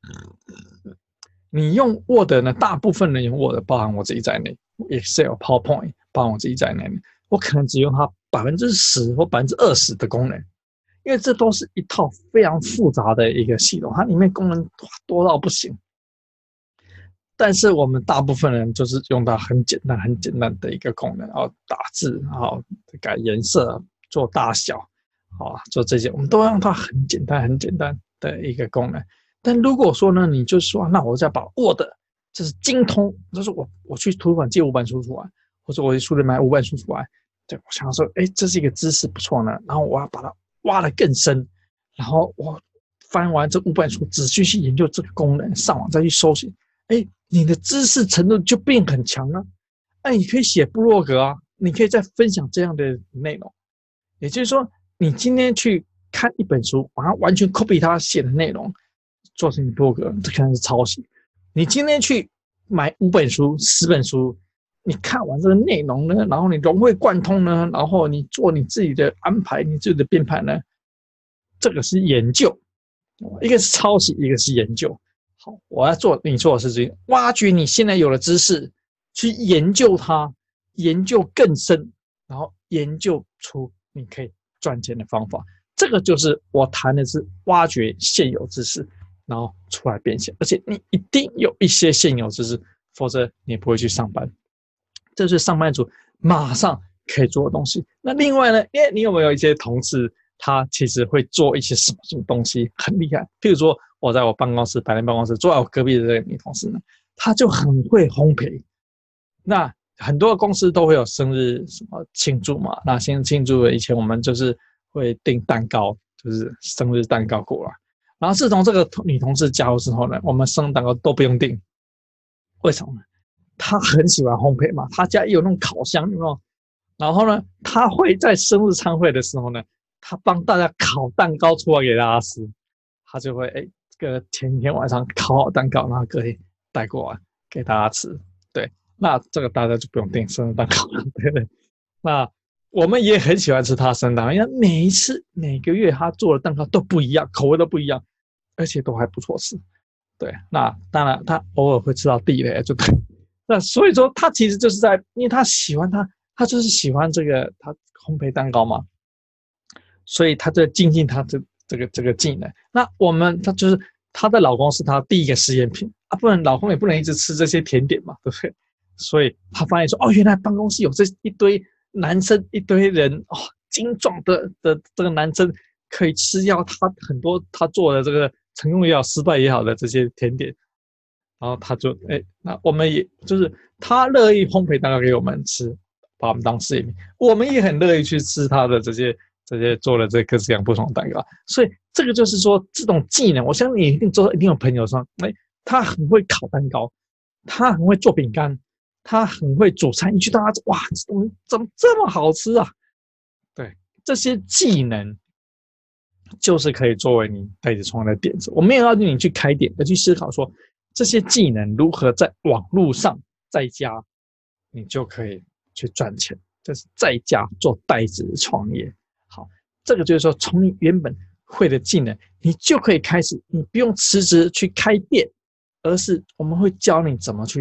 [SPEAKER 2] 你用 Word 呢，大部分人用 Word 包含我自己在内， Excel、PowerPoint 包含我自己在内，我可能只用它百分之十或百分之二十的功能，因为这都是一套非常复杂的一个系统，它里面功能多到不行。但是我们大部分人就是用到很简单、很简单的一个功能，然后打字，然后改颜色、做大小，啊，做这些，我们都用它很简单、很简单的一个功能。但如果说呢，你就说，那我再把 Word 这是精通，就是我我去图书馆借五本书出来，或者我去书店买五本书出来，对，我想说，哎，这是一个知识不错呢，然后我要把它挖得更深，然后我翻完这五本书，仔细去研究这个功能，上网再去搜寻，哎，你的知识程度就变很强了。哎，你可以写部落格啊，你可以再分享这样的内容。也就是说，你今天去看一本书，然后完全 copy 他写的内容，做成你部落格，这可能是抄袭。你今天去买五本书、十本书，你看完这个内容呢，然后你融会贯通呢，然后你做你自己的安排，你自己的编排呢，这个是研究，一个是抄袭，一个是研究。好，我要做你做的事情，挖掘你现在有的知识，去研究它，研究更深，然后研究出你可以赚钱的方法。这个就是我谈的是挖掘现有知识，然后出来变现，而且你一定有一些现有知识，否则你不会去上班。这是上班族马上可以做的东西。那另外呢，因为你有没有一些同事，他其实会做一些什么什么东西很厉害？譬如说，我在我办公室，白天办公室坐在我隔壁的这个女同事呢，她就很会烘焙。那很多公司都会有生日什么庆祝嘛，那先庆祝的以前我们就是会订蛋糕，就是生日蛋糕过来。然后自从这个女同事加入之后呢，我们生日蛋糕都不用订。为什么呢？她很喜欢烘焙嘛，她家有那种烤箱，有没有？然后呢，她会在生日餐会的时候呢，她帮大家烤蛋糕出来给大家吃。她就会哎，这个前一天晚上烤好蛋糕，然后隔天带过来给大家吃。对，那这个大家就不用订生日蛋糕了，对不对？那我们也很喜欢吃她生日蛋糕，因为每一次每个月她做的蛋糕都不一样，口味都不一样，而且都还不错吃。对，那当然她偶尔会吃到地雷，就对。那所以说，她其实就是在，因为她喜欢她，她就是喜欢这个她烘焙蛋糕嘛，所以她在精进她这这个这个技能。那我们她就是她的老公是她第一个实验品啊，不然老公也不能一直吃这些甜点嘛，对不对？所以她发现说，哦，原来办公室有这一堆男生，一堆人哦，精壮的的这个男生可以吃掉他很多他做的这个成功也好、失败也好的这些甜点。然后他就哎，那我们也就是他乐意烘焙蛋糕给我们吃，把我们当试验品，我们也很乐意去吃他的这些这些做的这各式各样不同的蛋糕。所以这个就是说，这种技能，我相信你一定做，一定有朋友说，哎，他很会烤蛋糕，他很会做饼干，他很会煮菜，你去到他哇，怎么怎么这么好吃啊？对，这些技能就是可以作为你带着创业的点子。我没有要你去开店，而去思考说，这些技能如何在网络上在家，你就可以去赚钱。这是在家做带子创业。好，这个就是说，从你原本会的技能，你就可以开始，你不用辞职去开店，而是我们会教你怎么去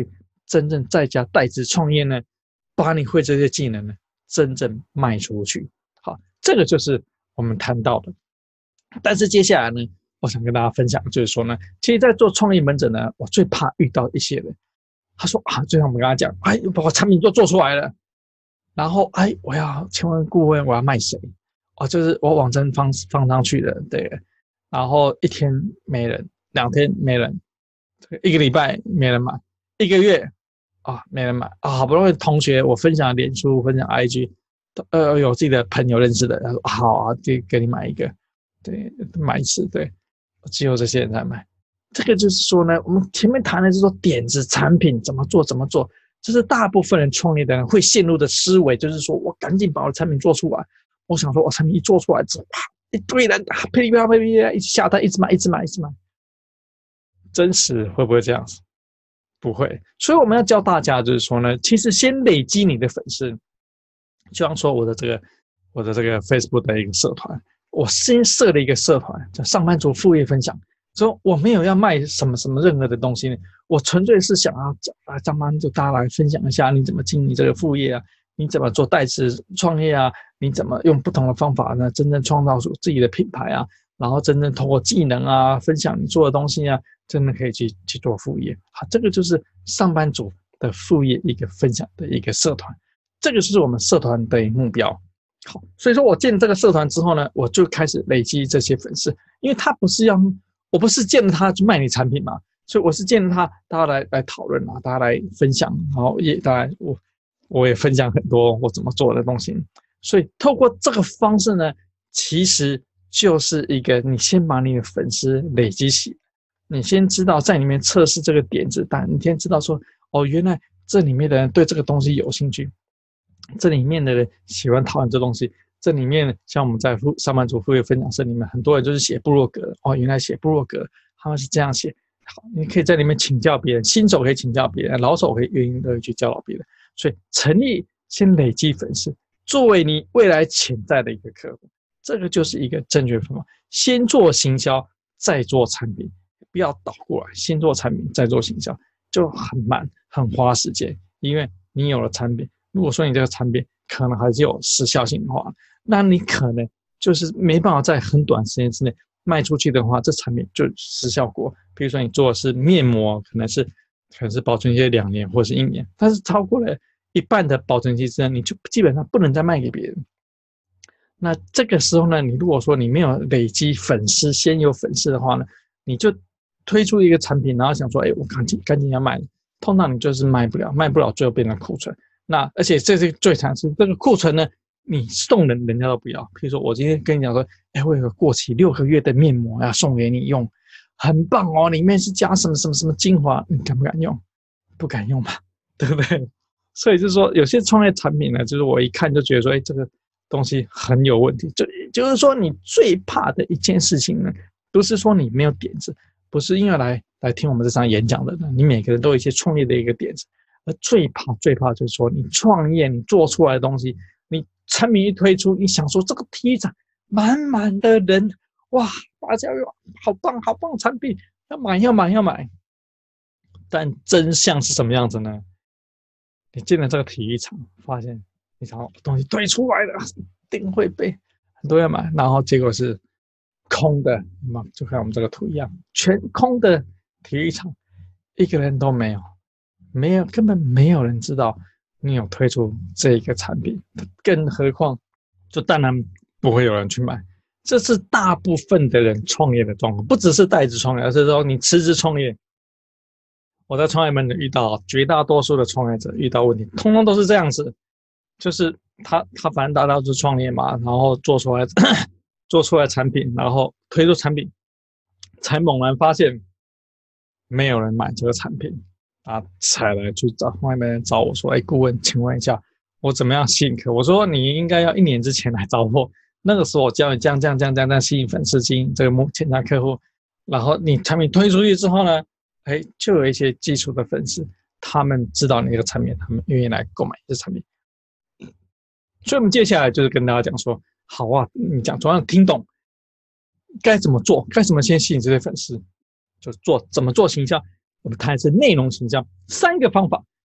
[SPEAKER 2] 真正在家代职创业呢，把你会这些技能呢，真正卖出去。好，这个就是我们谈到的。但是接下来呢，我想跟大家分享，就是说呢，其实在做创业门诊呢，我最怕遇到一些人，他说啊，就像我们刚才讲，哎，把我产品都做出来了，然后哎，我要请问顾问，我要卖谁？哦，就是我网站放放上去了，对，然后一天没人，两天没人，一个礼拜没人买，一个月啊没人买啊，好不容易同学我分享脸书，分享 I G， 呃，有自己的朋友认识的，他说好啊，就给你买一个，对，买一次，对，只有这些人才买。这个就是说呢，我们前面谈的是说点子、产品怎么做怎么做，这是大部分人创业的人会陷入的思维，就是说我赶紧把我的产品做出来。我想说，我产品一做出来之后，啪，一堆人噼里啪啦噼里啪啦一直下单，一直买，一直买，一直买。真实会不会这样子？不会。所以我们要教大家，就是说呢，其实先累积你的粉丝。就像说我的这个我的这个 Facebook 的一个社团，我先设了一个社团，叫上班族副业分享。说我没有要卖什么什么任何的东西呢，我纯粹是想要来上班就大家来分享一下你怎么经营这个副业啊，你怎么做代职创业啊，你怎么用不同的方法呢，真正创造出自己的品牌啊，然后真正通过技能啊，分享你做的东西啊，真的可以去去做副业。好，这个就是上班族的副业一个分享的一个社团，这个就是我们社团的目标。好，所以说我建这个社团之后呢，我就开始累积这些粉丝，因为他不是要，我不是见了他去卖你产品嘛，所以我是见了他，大家来来讨论啊，大家来分享，然后也当然我我也分享很多我怎么做的东西，所以透过这个方式呢，其实就是一个你先把你的粉丝累积起来，你先知道在里面测试这个点子，但你先知道说哦，原来这里面的人对这个东西有兴趣，这里面的人喜欢讨论这东西。这里面像我们在上班族副业分享社里面，很多人就是写部落格哦，原来写部落格他们是这样写。好，你可以在里面请教别人，新手可以请教别人，老手可以愿意乐意去教导别人。所以成立先累积粉丝，作为你未来潜在的一个客户，这个就是一个正确方法。先做行销，再做产品，不要倒过来，先做产品再做行销，就很慢，很花时间。因为你有了产品，如果说你这个产品可能还是有时效性的话，那你可能就是没办法在很短时间之内卖出去的话，这产品就失效果。比如说你做的是面膜，可能是可能是保存期两年或是一年，但是超过了一半的保存期之内，你就基本上不能再卖给别人。那这个时候呢，你如果说你没有累积粉丝，先有粉丝的话呢，你就推出一个产品，然后想说，哎，我赶紧赶紧要卖，通常你就是卖不了，卖不了，最后变成库存。那而且这是最惨是这个库存呢，你送人人家都不要。譬如说我今天跟你讲说，哎，我有个过期六个月的面膜要送给你用，很棒哦，里面是加什么什么什么精华，你敢不敢用？不敢用吧，对不对？所以就是说，有些创业产品呢，就是我一看就觉得说，哎，这个东西很有问题。就就是说，你最怕的一件事情呢，不是说你没有点子，不是因为来来听我们这场演讲的人，你每个人都有一些创业的一个点子。而最怕最怕就是说，你创业你做出来的东西，你产品一推出，你想说这个体育场满满的人，哇，大家有好棒好棒产品，要买要买要买。但真相是什么样子呢？你进了这个体育场，发现你想东西推出来了，一定会被很多人买，然后结果是空的，就看我们这个图一样，全空的体育场，一个人都没有。没有，根本没有人知道你有推出这一个产品，更何况就当然不会有人去买。这是大部分的人创业的状况，不只是代职创业，而是说你辞职创业。我在创业门诊遇到绝大多数的创业者遇到问题，通通都是这样子，就是他他反正大家都是创业嘛，然后做出来做出来产品，然后推出产品，才猛然发现没有人买这个产品。啊，才来去找外面人找我说，哎，顾问，请问一下，我怎么样吸引客户？我说你应该要一年之前来找我，那个时候我教你这样这样这样这样吸引粉丝，吸引这个潜在客户，然后你产品推出去之后呢，哎，就有一些基础的粉丝，他们知道你这个产品，他们愿意来购买这产品。所以我们接下来就是跟大家讲说，好啊，你讲总要听懂该怎么做，该怎么先吸引这些粉丝，就做怎么做行销。我们谈的是内容行销，三个方法，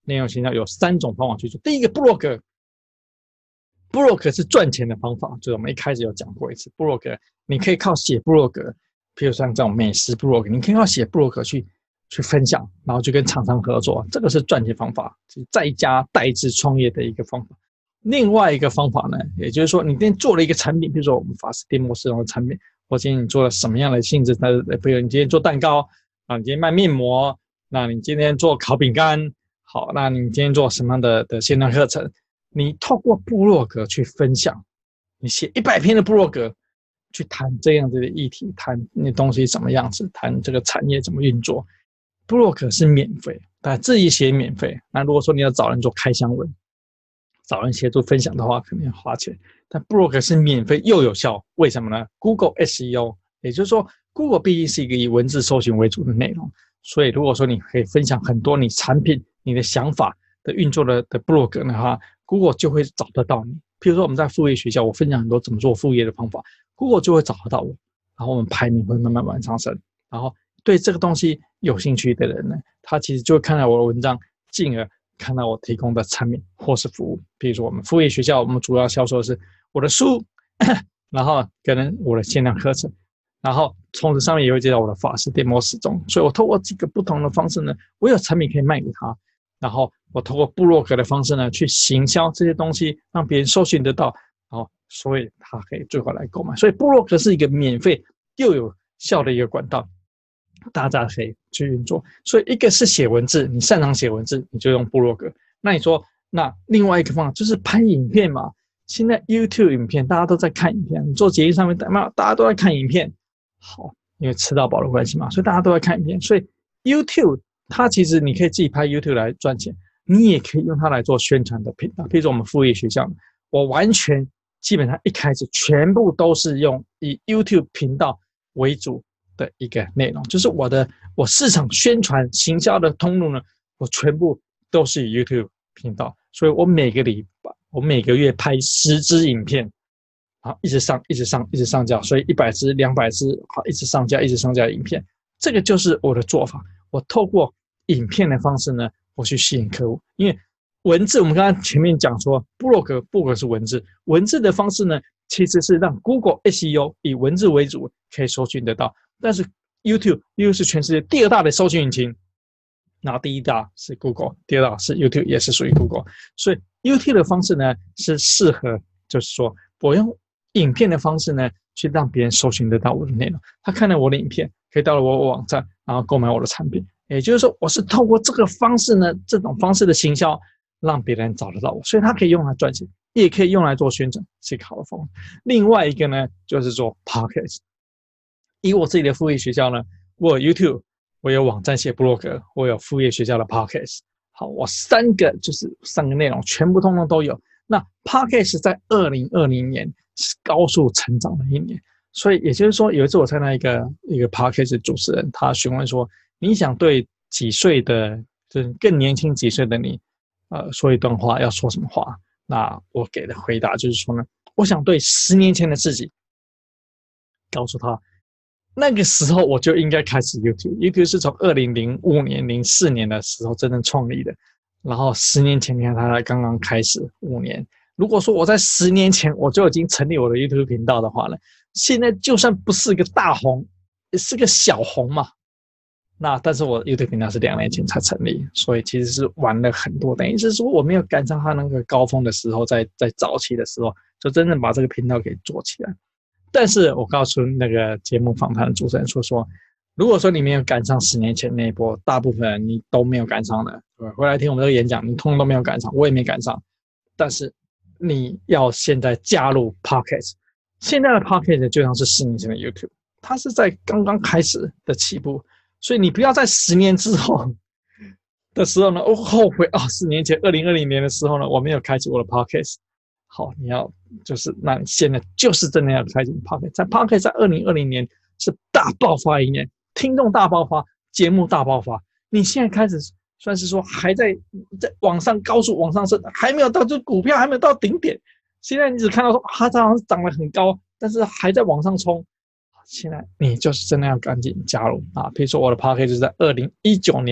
[SPEAKER 2] 内容行销有三种方法去做。第一个，部落格，部落格是赚钱的方法，就是我们一开始有讲过一次，部落格你可以靠写部落格，譬如像这种美食部落格，你可以靠写部落格去去分享，然后就跟厂商合作，这个是赚钱方法，就是在家代制创业的一个方法。另外一个方法呢，也就是说，你今天做了一个产品，比如说我们法式电摩斯的产品，或今天你做了什么样的性质的，比如你今天做蛋糕，啊，你今天卖面膜，那你今天做烤饼干，好，那你今天做什么样的的线上课程？你透过部落格去分享，你写一百篇的部落格，去谈这样子的议题，谈那东西什么样子，谈这个产业怎么运作。部落格是免费，但自己写免费。那如果说你要找人做开箱文，找人协助分享的话，肯定要花钱。但部落格是免费又有效，为什么呢 ？Google S E O， 也就是说 ，Google 毕竟是一个以文字搜寻为主的内容，所以如果说你可以分享很多你产品、你的想法的运作的的部落格的话 ，Google 就会找得到你。譬如说我们在副业学校，我分享很多怎么做副业的方法 ，Google 就会找得到我，然后我们排名会慢慢往上升。然后对这个东西有兴趣的人呢，他其实就会看到我的文章，进而看到我提供的产品或是服务。比如说我们副业学校，我们主要销售的是我的书，然后跟我的线上课程，然后从这上面也会介绍我的法式电摩时钟。所以我透过几个不同的方式呢，我有产品可以卖给他，然后我透过部落格的方式呢，去行销这些东西，让别人搜寻得到，然后所以他可以最后来购买。所以部落格是一个免费又有效的一个管道，大家可以去运作。所以一个是写文字，你擅长写文字，你就用部落格。那你说，那另外一个方法就是拍影片嘛。现在 YouTube 影片大家都在看影片，你做捷运上面大家都在看影片，好，因为吃到饱的关系嘛，所以大家都在看影片。所以 YouTube 它其实你可以自己拍 YouTube 来赚钱，你也可以用它来做宣传的频道。比如说我们副业学校，我完全基本上一开始全部都是用以 YouTube 频道为主的一个内容，就是我的我市场宣传行销的通路呢，我全部都是以 YouTube 频道，所以我每个礼拜我每个月拍十支影片，好，一直上一直上一直上架，所以一百支两百支，好，一直上架一直上架影片，这个就是我的做法。我透过影片的方式呢，我去吸引客户。因为文字我们刚刚前面讲说部落格部落格是文字，文字的方式呢其实是让 Google S E O 以文字为主可以搜寻得到，但是 YouTube YouTube 是全世界第二大的搜寻引擎，然后第一大是 Google， 第二大是 YouTube， 也是属于 Google。 所以 YouTube 的方式呢是适合，就是说我用影片的方式呢去让别人搜寻得到我的内容，他看了我的影片可以到了我的网站，然后购买我的产品。也就是说我是透过这个方式呢，这种方式的行销让别人找得到我，所以他可以用来赚钱，也可以用来做宣传，是一个好的方法。另外一个呢就是做 Podcast。 以我自己的副业学校呢，我有 YouTube， 我有网站写部落格，我有副业学校的 Podcast。 好，我三个就是三个内容全部通通都有。那 Podcast 在二零二零年是高速成长的一年，所以也就是说有一次我参加一个一个 Podcast 主持人，他询问说你想对几岁的就是更年轻几岁的你呃说一段话，要说什么话？那我给的回答就是说呢，我想对十年前的自己告诉他，那个时候我就应该开始 YouTube。 YouTube 是从二零零五年零四年的时候真正创立的，然后十年前你看它才刚刚开始五年。如果说我在十年前我就已经成立我的 YouTube 频道的话呢，现在就算不是个大红也是个小红嘛。那但是我 YouTube 频道是两年前才成立，所以其实是晚了很多，等于是说我没有赶上他那个高峰的时候，在在早期的时候就真正把这个频道给做起来。但是我告诉那个节目访谈的主持人说说，如果说你没有赶上十年前那一波，大部分人你都没有赶上的，回来听我们这个演讲，你通通都没有赶上，我也没赶上。但是你要现在加入 Podcast， 现在的 Podcast 就像是十年前的 YouTube， 它是在刚刚开始的起步，所以你不要在十年之后的时候呢，我后悔啊、哦，十年前二零二零年的时候呢，我没有开启我的 Podcast。好，你要就是那你现在就是真的要开启 Podcast， 在 Podcast 在二零二零年是大爆发一年，听众大爆发，节目大爆发。你现在开始算是说还在在往上高速往上升，还没有到就股票还没有到顶点。现在你只看到说它好像涨得很高，但是还在往上冲。现在你就是真的要赶紧加入啊！比如说我的 Podcast 是在二零一九年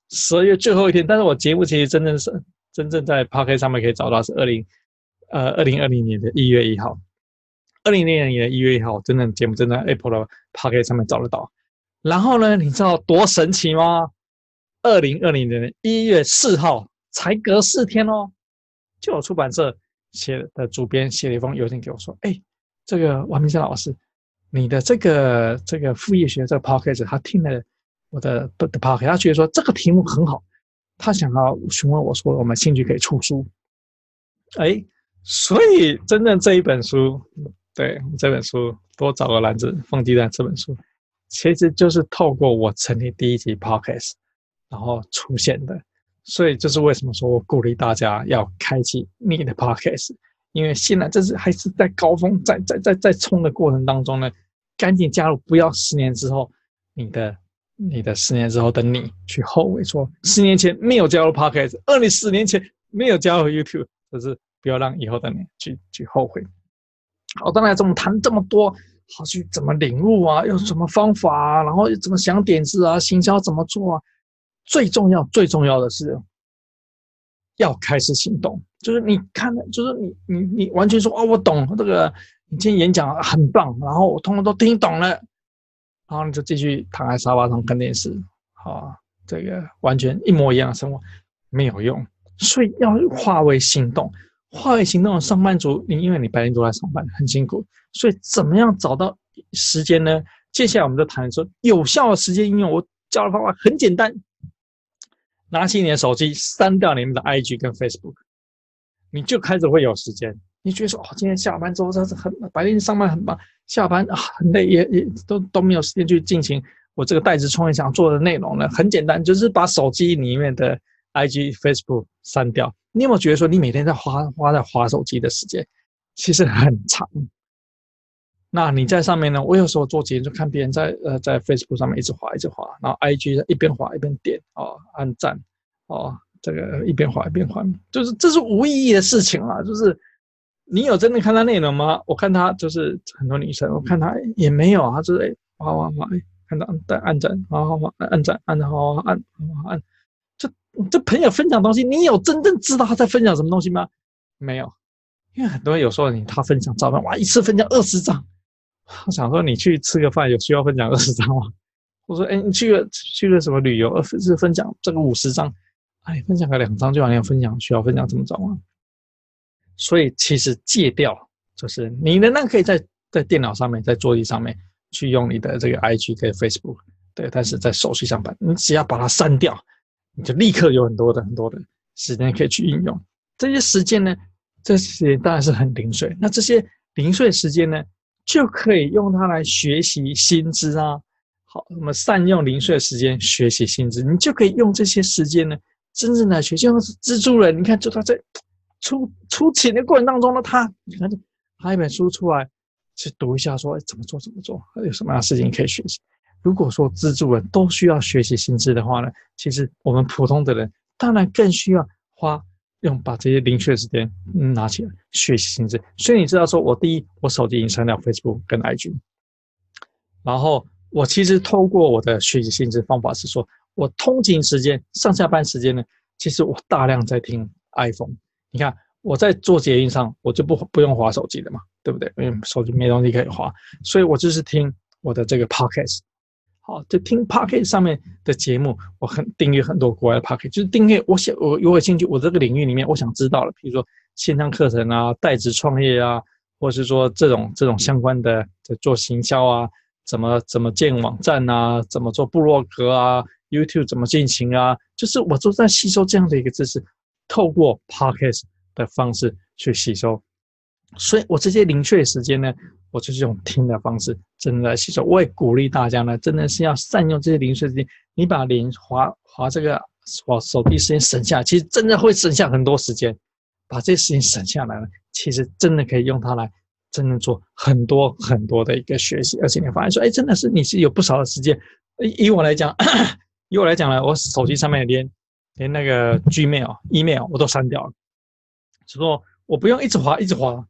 [SPEAKER 2] 十二月最后一天，但是我节目其实真正是真正在 Podcast 上面可以找到是二零呃二零二零年的一月一号，二零二零年的一月一号，真正节目真的在 Apple 的 Podcast 上面找得到。然后呢，你知道多神奇吗？二零二零年的一月四号，才隔四天哦，就有出版社写的主编写了一封邮件给我说：“哎，这个王明生老师，你的这个这个副业学这个 podcast， 他听了我的的 podcast， 他觉得说这个题目很好，他想要询问我说，我们兴趣可以出书。哎，所以真正这一本书，对这本书多找个篮子放鸡蛋这本书，其实就是透过我成立第一集 podcast， 然后出现的。”所以这是为什么说我鼓励大家要开启你的 podcast， 因为现在这是还是在高峰在在在在冲的过程当中呢，赶紧加入，不要十年之后你的你的十年之后的你去后悔说十年前没有加入 podcast， 二零十年前没有加入 YouTube， 就是不要让以后的你去去后悔。好，当然这么谈这么多，好去怎么领悟啊，有什么方法啊，然后怎么想点子啊，行销怎么做啊。最重要最重要的是要开始行动，就是你看，就是你你你完全说哦，我懂这个，你今天演讲很棒，然后我通通都听懂了，然后你就继续躺在沙发上看电视，啊，这个完全一模一样的生活没有用，所以要化为行动。化为行动的上班族，你因为你白天都在上班，很辛苦，所以怎么样找到时间呢？接下来我们就谈说有效的时间应用，我教的方法很简单。拿起你的手机，删掉你们的 I G 跟 Facebook， 你就开始会有时间。你觉得说，哦，今天下班之后，这是很白天上班很忙，下班啊很累，也也都都没有时间去进行我这个代职创业想做的内容了。很简单，就是把手机里面的 I G、Facebook 删掉。你有没有觉得说，你每天在花花在滑手机的时间其实很长？那你在上面呢？我有时候做节目就看别人在呃在 Facebook 上面一直滑一直滑，然后 I G 一边滑一边点哦，按赞哦，这个一边滑一边滑，就是这是无意义的事情啊！就是你有真的看他内容吗？我看他就是很多女生，我看他也没有，他就是哎滑滑滑，哎看到按按赞，滑滑滑按赞按赞滑滑按滑按，这这朋友分享东西，你有真正知道他在分享什么东西吗？没有，因为很多人有时候你他分享照片，哇，一次分享二十张。我想说，你去吃个饭有需要分享二十张吗？我说，哎，你去了去了什么旅游，是分享这个五十张，哎，分享个两张就好，你要分享需要分享这么早吗？所以其实戒掉，就是你仍然可以在在电脑上面，在桌椅上面去用你的这个 I G 跟 Facebook， 对，但是在手机上班，你只要把它删掉，你就立刻有很多的很多的时间可以去应用。这些时间呢，这些时间当然是很零碎，那这些零碎时间呢？就可以用它来学习新知啊！好，我们善用零碎的时间学习新知，你就可以用这些时间呢，真正来学习。像是蜘蛛人，你看，就他在出出勤的过程当中呢，他你看，他一本书出来，去读一下说，说怎么做怎么做，有什么样的事情可以学习。如果说蜘蛛人都需要学习新知的话呢，其实我们普通的人当然更需要花。用把这些零碎的时间拿起来学习新知，所以你知道说，我第一，我手机已经删掉 Facebook 跟 I G， 然后我其实透过我的学习新知方法是说，我通勤时间、上下班时间呢，其实我大量在听 iPhone。你看我在做捷运上，我就不不用滑手机了嘛，对不对？因为手机没东西可以滑，所以我就是听我的这个 Podcast。好，就听 Podcast 上面的节目，我很订阅很多国外的 Podcast， 就是订阅我想我我有兴趣，我这个领域里面我想知道的，比如说线上课程啊、代职创业啊，或是说这种这种相关的做行销啊，怎么怎么建网站啊，怎么做部落格啊 ，YouTube 怎么进行啊，就是我都在吸收这样的一个知识，透过 Podcast 的方式去吸收。所以我这些零碎的时间呢，我就是用听的方式真的来吸收。我也鼓励大家呢，真的是要善用这些零碎时间。你把连滑滑这个滑手机时间省下来，其实真的会省下很多时间。把这些时间省下来了，其实真的可以用它来真的做很多很多的一个学习。而且你发现说，哎，真的是你是有不少的时间。以我来讲，以我来讲呢，我手机上面连连那个 Gmail、email 我都删掉了，所以说我不用一直滑一直滑。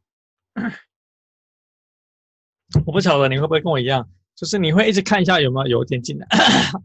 [SPEAKER 2] 我不晓得你会不会跟我一样，就是你会一直看一下有没有邮件进来，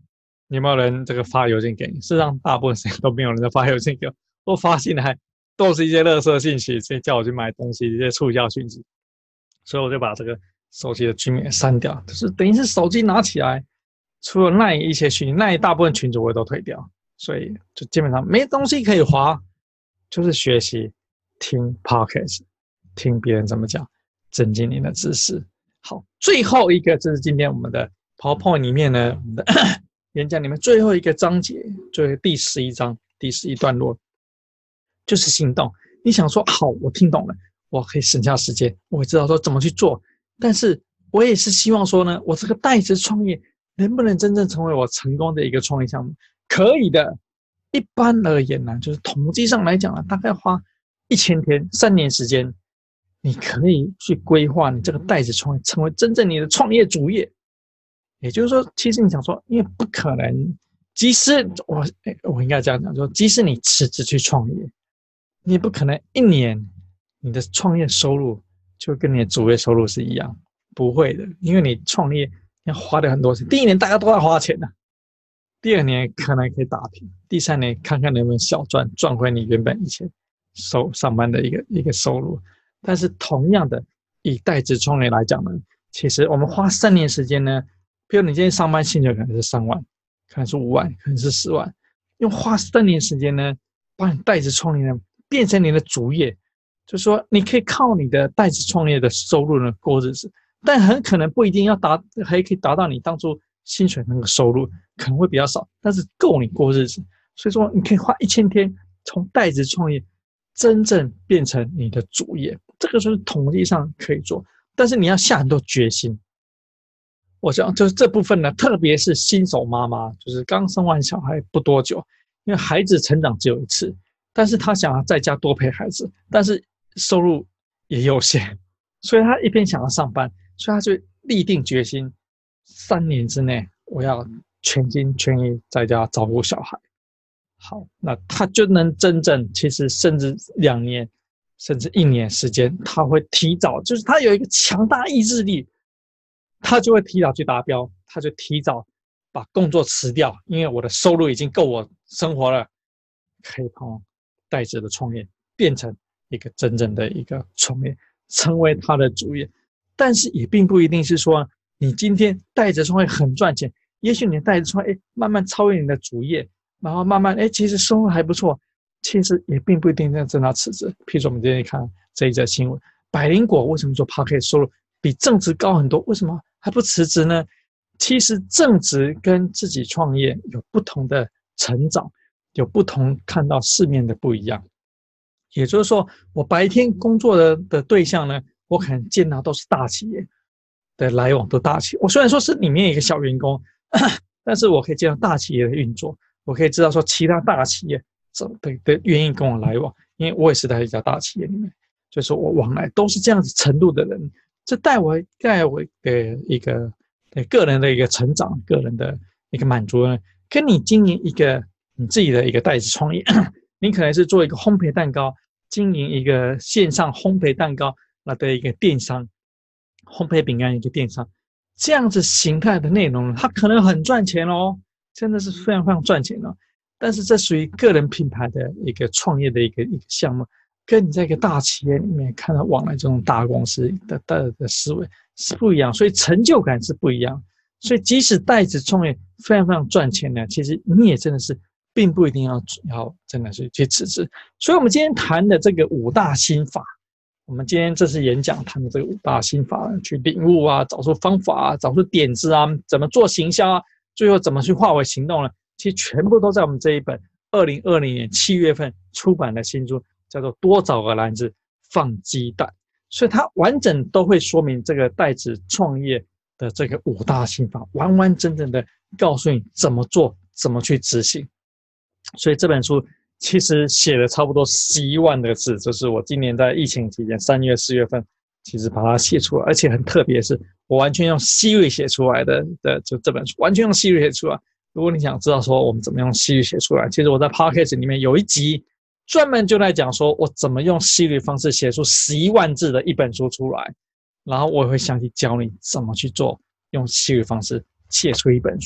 [SPEAKER 2] 有没有人这个发邮件给你？事实上，大部分时间都没有人在发邮件给我，我发进来都是一些垃圾信息，直接叫我去买东西，一些促销讯息，所以我就把这个手机的居民删掉，就是等于是手机拿起来，除了那一些讯息，那一大部分群组我也都退掉，所以就基本上没东西可以滑，就是学习听 podcast， 听别人怎么讲，增进你的知识。好，最后一个就是今天我们的 PowerPoint 里面呢，我们的演讲里面最后一个章节，最后第十一章第十一段落，就是行动。你想说好，我听懂了，我可以省下时间，我会知道说怎么去做。但是我也是希望说呢，我这个代职创业能不能真正成为我成功的一个创业项目？可以的。一般而言呢，就是统计上来讲呢，大概花一千天、三年时间，你可以去规划你这个代职创业成为真正你的创业主业。也就是说，其实你想说，因为不可能，即使我我应该这样讲，说即使你辞职去创业，你也不可能一年你的创业收入就跟你的主业收入是一样，不会的，因为你创业要花的很多钱。第一年大家都在花钱的、啊，第二年可能可以打平，第三年看看能不能小赚，赚回你原本以前收上班的一个一个收入。但是同样的，以代职创业来讲呢，其实我们花三年时间呢。比如你今天上班薪水可能是三万，可能是五万，可能是十万，用花三年时间呢，把你代职创业呢变成你的主业，就是说你可以靠你的代职创业的收入呢过日子，但很可能不一定要达，还可以达到你当初薪水那个收入，可能会比较少，但是够你过日子。所以说你可以花一千天从代职创业真正变成你的主业，这个是统计上可以做，但是你要下很多决心。我想就是这部分呢，特别是新手妈妈，就是刚生完小孩不多久，因为孩子成长只有一次，但是他想要在家多陪孩子，但是收入也有限，所以他一边想要上班，所以他就立定决心，三年之内我要全心全意在家照顾小孩。好，那他就能真正，其实甚至两年，甚至一年时间，他会提早，就是他有一个强大意志力。他就会提早去达标，他就提早把工作辞掉，因为我的收入已经够我生活了，可以从代职的创业变成一个真正的一个创业，成为他的主业。但是也并不一定是说你今天代职创业很赚钱，也许你的代职创业慢慢超越你的主业，然后慢慢哎，其实收入还不错，其实也并不一定要真的辞职。譬如说我们今天看这一则新闻，百灵果为什么做 Podcast 收入比正职高很多？为什么还不辞职呢？其实正职跟自己创业有不同的成长，有不同看到世面的不一样。也就是说，我白天工作 的, 的对象呢，我可能见到都是大企业的来往，都大企业。我虽然说是里面一个小员工，但是我可以见到大企业的运作，我可以知道说其他大企业怎么的愿意跟我来往，因为我也是在一家大企业里面，就是我往来都是这样子程度的人。这带我带我的一个个人的一个成长，个人的一个满足呢，跟你经营一个你自己的一个代职创业，你可能是做一个烘焙蛋糕，经营一个线上烘焙蛋糕那的一个电商，烘焙饼干一个电商，这样子形态的内容，它可能很赚钱哦，真的是非常非常赚钱哦。但是这属于个人品牌的一个创业的一个一个项目。跟你在一个大企业里面看到往来这种大公司 的, 的, 的思维是不一样，所以成就感是不一样。所以即使代职创业非常非常赚钱呢，其实你也真的是并不一定要要真的是去辞职。所以我们今天谈的这个五大心法，我们今天这次演讲谈的这个五大心法，去领悟啊，找出方法啊，找出点子啊，怎么做行销啊，最后怎么去化为行动呢？其实全部都在我们这一本二零二零年七月份出版的新书，叫做多找个篮子放鸡蛋，所以它完整都会说明这个代职创业的这个五大心法，完完整整的告诉你怎么做，怎么去执行。所以这本书其实写了差不多十一万个字，这是我今年在疫情期间三月四月份其实把它写出来，而且很特别，是我完全用 Siri 写出来的的就这本书完全用 Siri 写出来。如果你想知道说我们怎么用 Siri 写出来，其实我在 Podcast 里面有一集专门就在讲说我怎么用 Siri 方式写出十一万字的一本书出来，然后我也会详细教你怎么去做，用 Siri 方式写出一本书。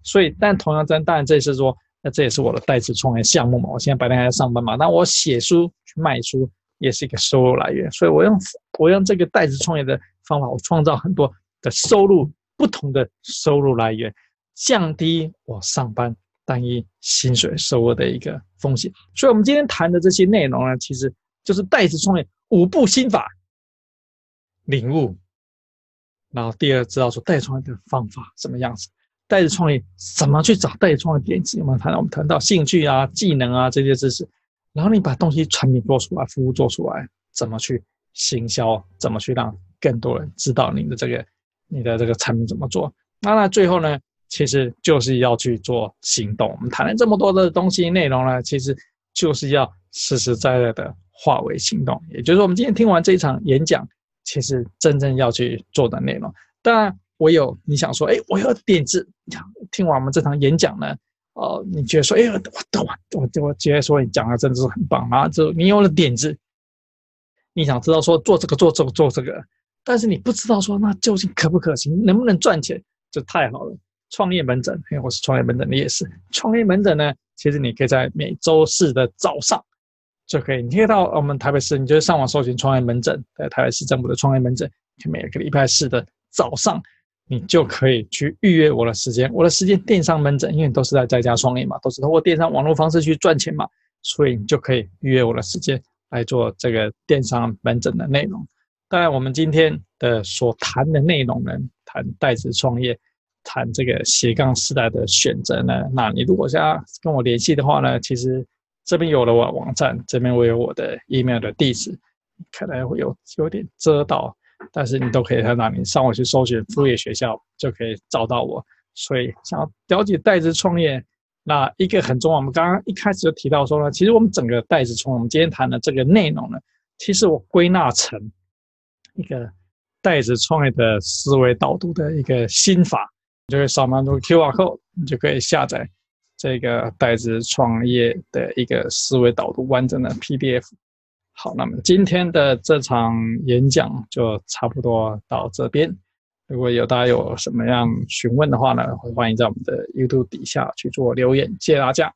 [SPEAKER 2] 所以但同样当然这也是说，那这也是我的代职创业项目嘛，我现在白天还在上班嘛，那我写书去卖书也是一个收入来源，所以我用我用这个代职创业的方法，我创造很多的收入，不同的收入来源，降低我上班单一薪水收入的一个风险。所以我们今天谈的这些内容呢，其实就是代职创业五步心法领悟，然后第二知道说代职创业的方法什么样子，代职创业怎么去找代职创业点子，我们谈到我们谈到兴趣啊、技能啊这些知识，然后你把东西产品做出来，服务做出来，怎么去行销，怎么去让更多人知道你的这个你的这个产品怎么做。那那最后呢，其实就是要去做行动。我们谈了这么多的东西内容呢，其实就是要实实在在的化为行动。也就是说，我们今天听完这一场演讲，其实真正要去做的内容。当然，我有你想说，哎，我有点子。听完我们这场演讲呢，呃，你觉得说，哎，我懂啊，我我觉得说你讲的真的是很棒啊，就你有了点子，你想知道说做这个做这个做这个，但是你不知道说那究竟可不可行，能不能赚钱，就太好了。创业门诊，嘿，我是创业门诊的也是。创业门诊呢，其实你可以在每周四的早上就可以，你可以到我们台北市，你就上网搜寻创业门诊，在台北市政府的创业门诊，每个礼拜四的早上，你就可以去预约我的时间。我的时间电商门诊，因为你都是在在家创业嘛，都是通过电商网络方式去赚钱嘛，所以你就可以预约我的时间来做这个电商门诊的内容。当然，我们今天的所谈的内容呢，谈代职创业，谈这个斜杠时代的选择呢，那你如果想要跟我联系的话呢，其实这边有了我的网站，这边我有我的 email 的地址，可能会有有点遮到，但是你都可以在那里上网去搜寻副业学校就可以找到我。所以想要了解代职创业，那一个很重要，我们刚刚一开始就提到说呢，其实我们整个代职创业，我们今天谈的这个内容呢，其实我归纳成一个代职创业的思维导读的一个心法，你就可以扫描这个 Q R code， 你就可以下载这个代职创业的一个思维导读完整的 P D F。 好，那么今天的这场演讲就差不多到这边，如果有大家有什么样询问的话呢，欢迎在我们的 YouTube 底下去做留言，谢谢大家。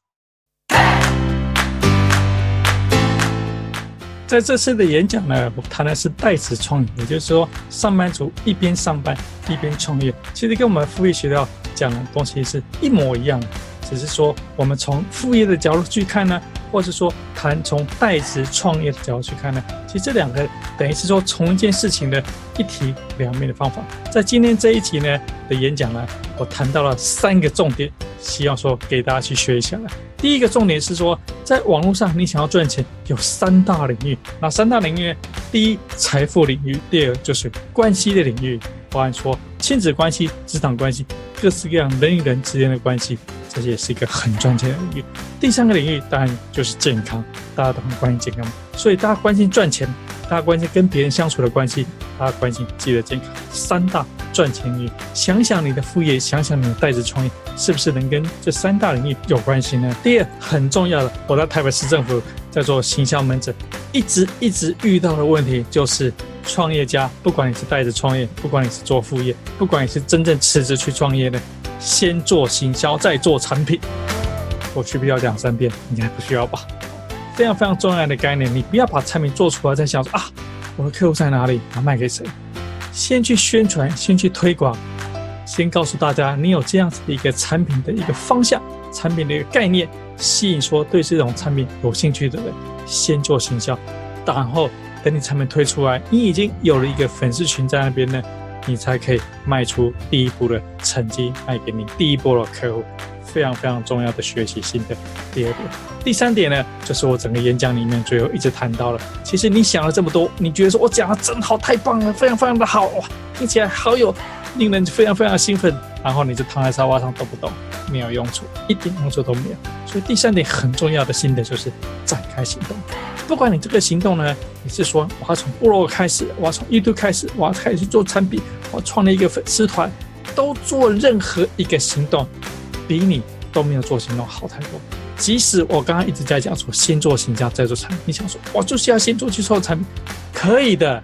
[SPEAKER 2] 在这次的演讲呢，我谈的是代职创业，也就是说上班族一边上班一边创业，其实跟我们副业学校讲的东西是一模一样的，只是说我们从副业的角度去看呢，或是说谈从代职创业的角度去看呢，其实这两个等于是说同一件事情的一体两面的方法。在今天这一集呢的演讲呢，我谈到了三个重点，希望说给大家去学一下。第一个重点是说，在网络上你想要赚钱，有三大领域。那三大领域呢？第一，财富领域；第二，就是关系的领域，包含说亲子关系、职场关系，各式各样人与人之间的关系，这也是一个很赚钱的领域。第三个领域当然就是健康，大家都很关心健康，所以大家关心赚钱，大家关心跟别人相处的关系，大家关心自己的健康，三大赚钱领域。想想你的副业，想想你的代职创业，是不是能跟这三大领域有关系呢？第二，很重要的，我在台北市政府在做行销门诊，一直一直遇到的问题就是创业家，不管你是代职创业，不管你是做副业，不管你是真正辞职去创业的，先做行销再做产品。我需不需要讲三遍？应该不需要吧。非常非常重要的概念，你不要把产品做出来再想说啊，我的客户在哪里，要卖给谁？先去宣传，先去推广，先告诉大家你有这样子的一个产品的一个方向，产品的一个概念，吸引说对这种产品有兴趣的人，先做行销，然后等你产品推出来，你已经有了一个粉丝群在那边呢，你才可以卖出第一步的成绩，卖给你第一波的客户。非常非常重要的学习心得。第二点，第三点呢，就是我整个演讲里面最后一直谈到了。其实你想了这么多，你觉得说我讲的真好，太棒了，非常非常的好，哇，听起来好有令人非常非常的兴奋，然后你就躺在沙发上动不动，没有用处，一点用处都没有。所以第三点很重要的心得就是展开行动。不管你这个行动呢，你是说我要从部落开始，我要从 YouTube 开始，我要开始做产品，我要创立一个粉丝团，都做任何一个行动，比你都没有做行动好太多。即使我刚刚一直在讲说先做行销再做产品，你想说我就是要先做去做产品，可以的。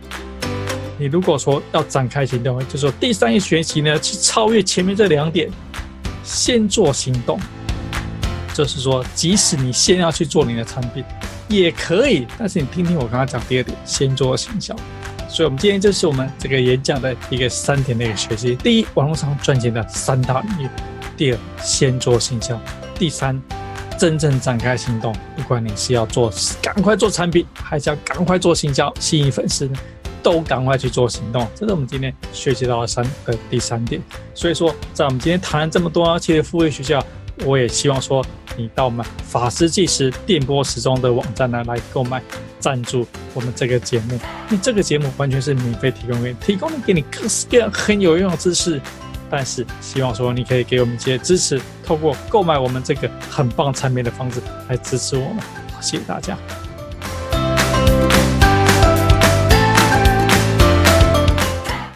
[SPEAKER 2] 你如果说要展开行动，就是说第三个学期呢去超越前面这两点， 先做行动，就是说，即使你先要去做你的产品，也可以，但是你听听我刚刚讲第二点，先做行销。所以，我们今天就是我们这个演讲的一个三点的一个学习：第一，网络上赚钱的三大领域；第二，先做行销；第三，真正展开行动。不管你是要做赶快做产品，还是要赶快做行销，吸引粉丝，都赶快去做行动。这是我们今天学习到的三呃第三点。所以说，在我们今天谈了这么多企业副业学校，我也希望说，你到我们法师计时电波时钟的网站呢来购买赞助我们这个节目，因为这个节目完全是免费提供给你，提供给你各式各样很有用的知识。但是希望说你可以给我们一些支持，透过购买我们这个很棒产品的方式来支持我们。谢谢大家。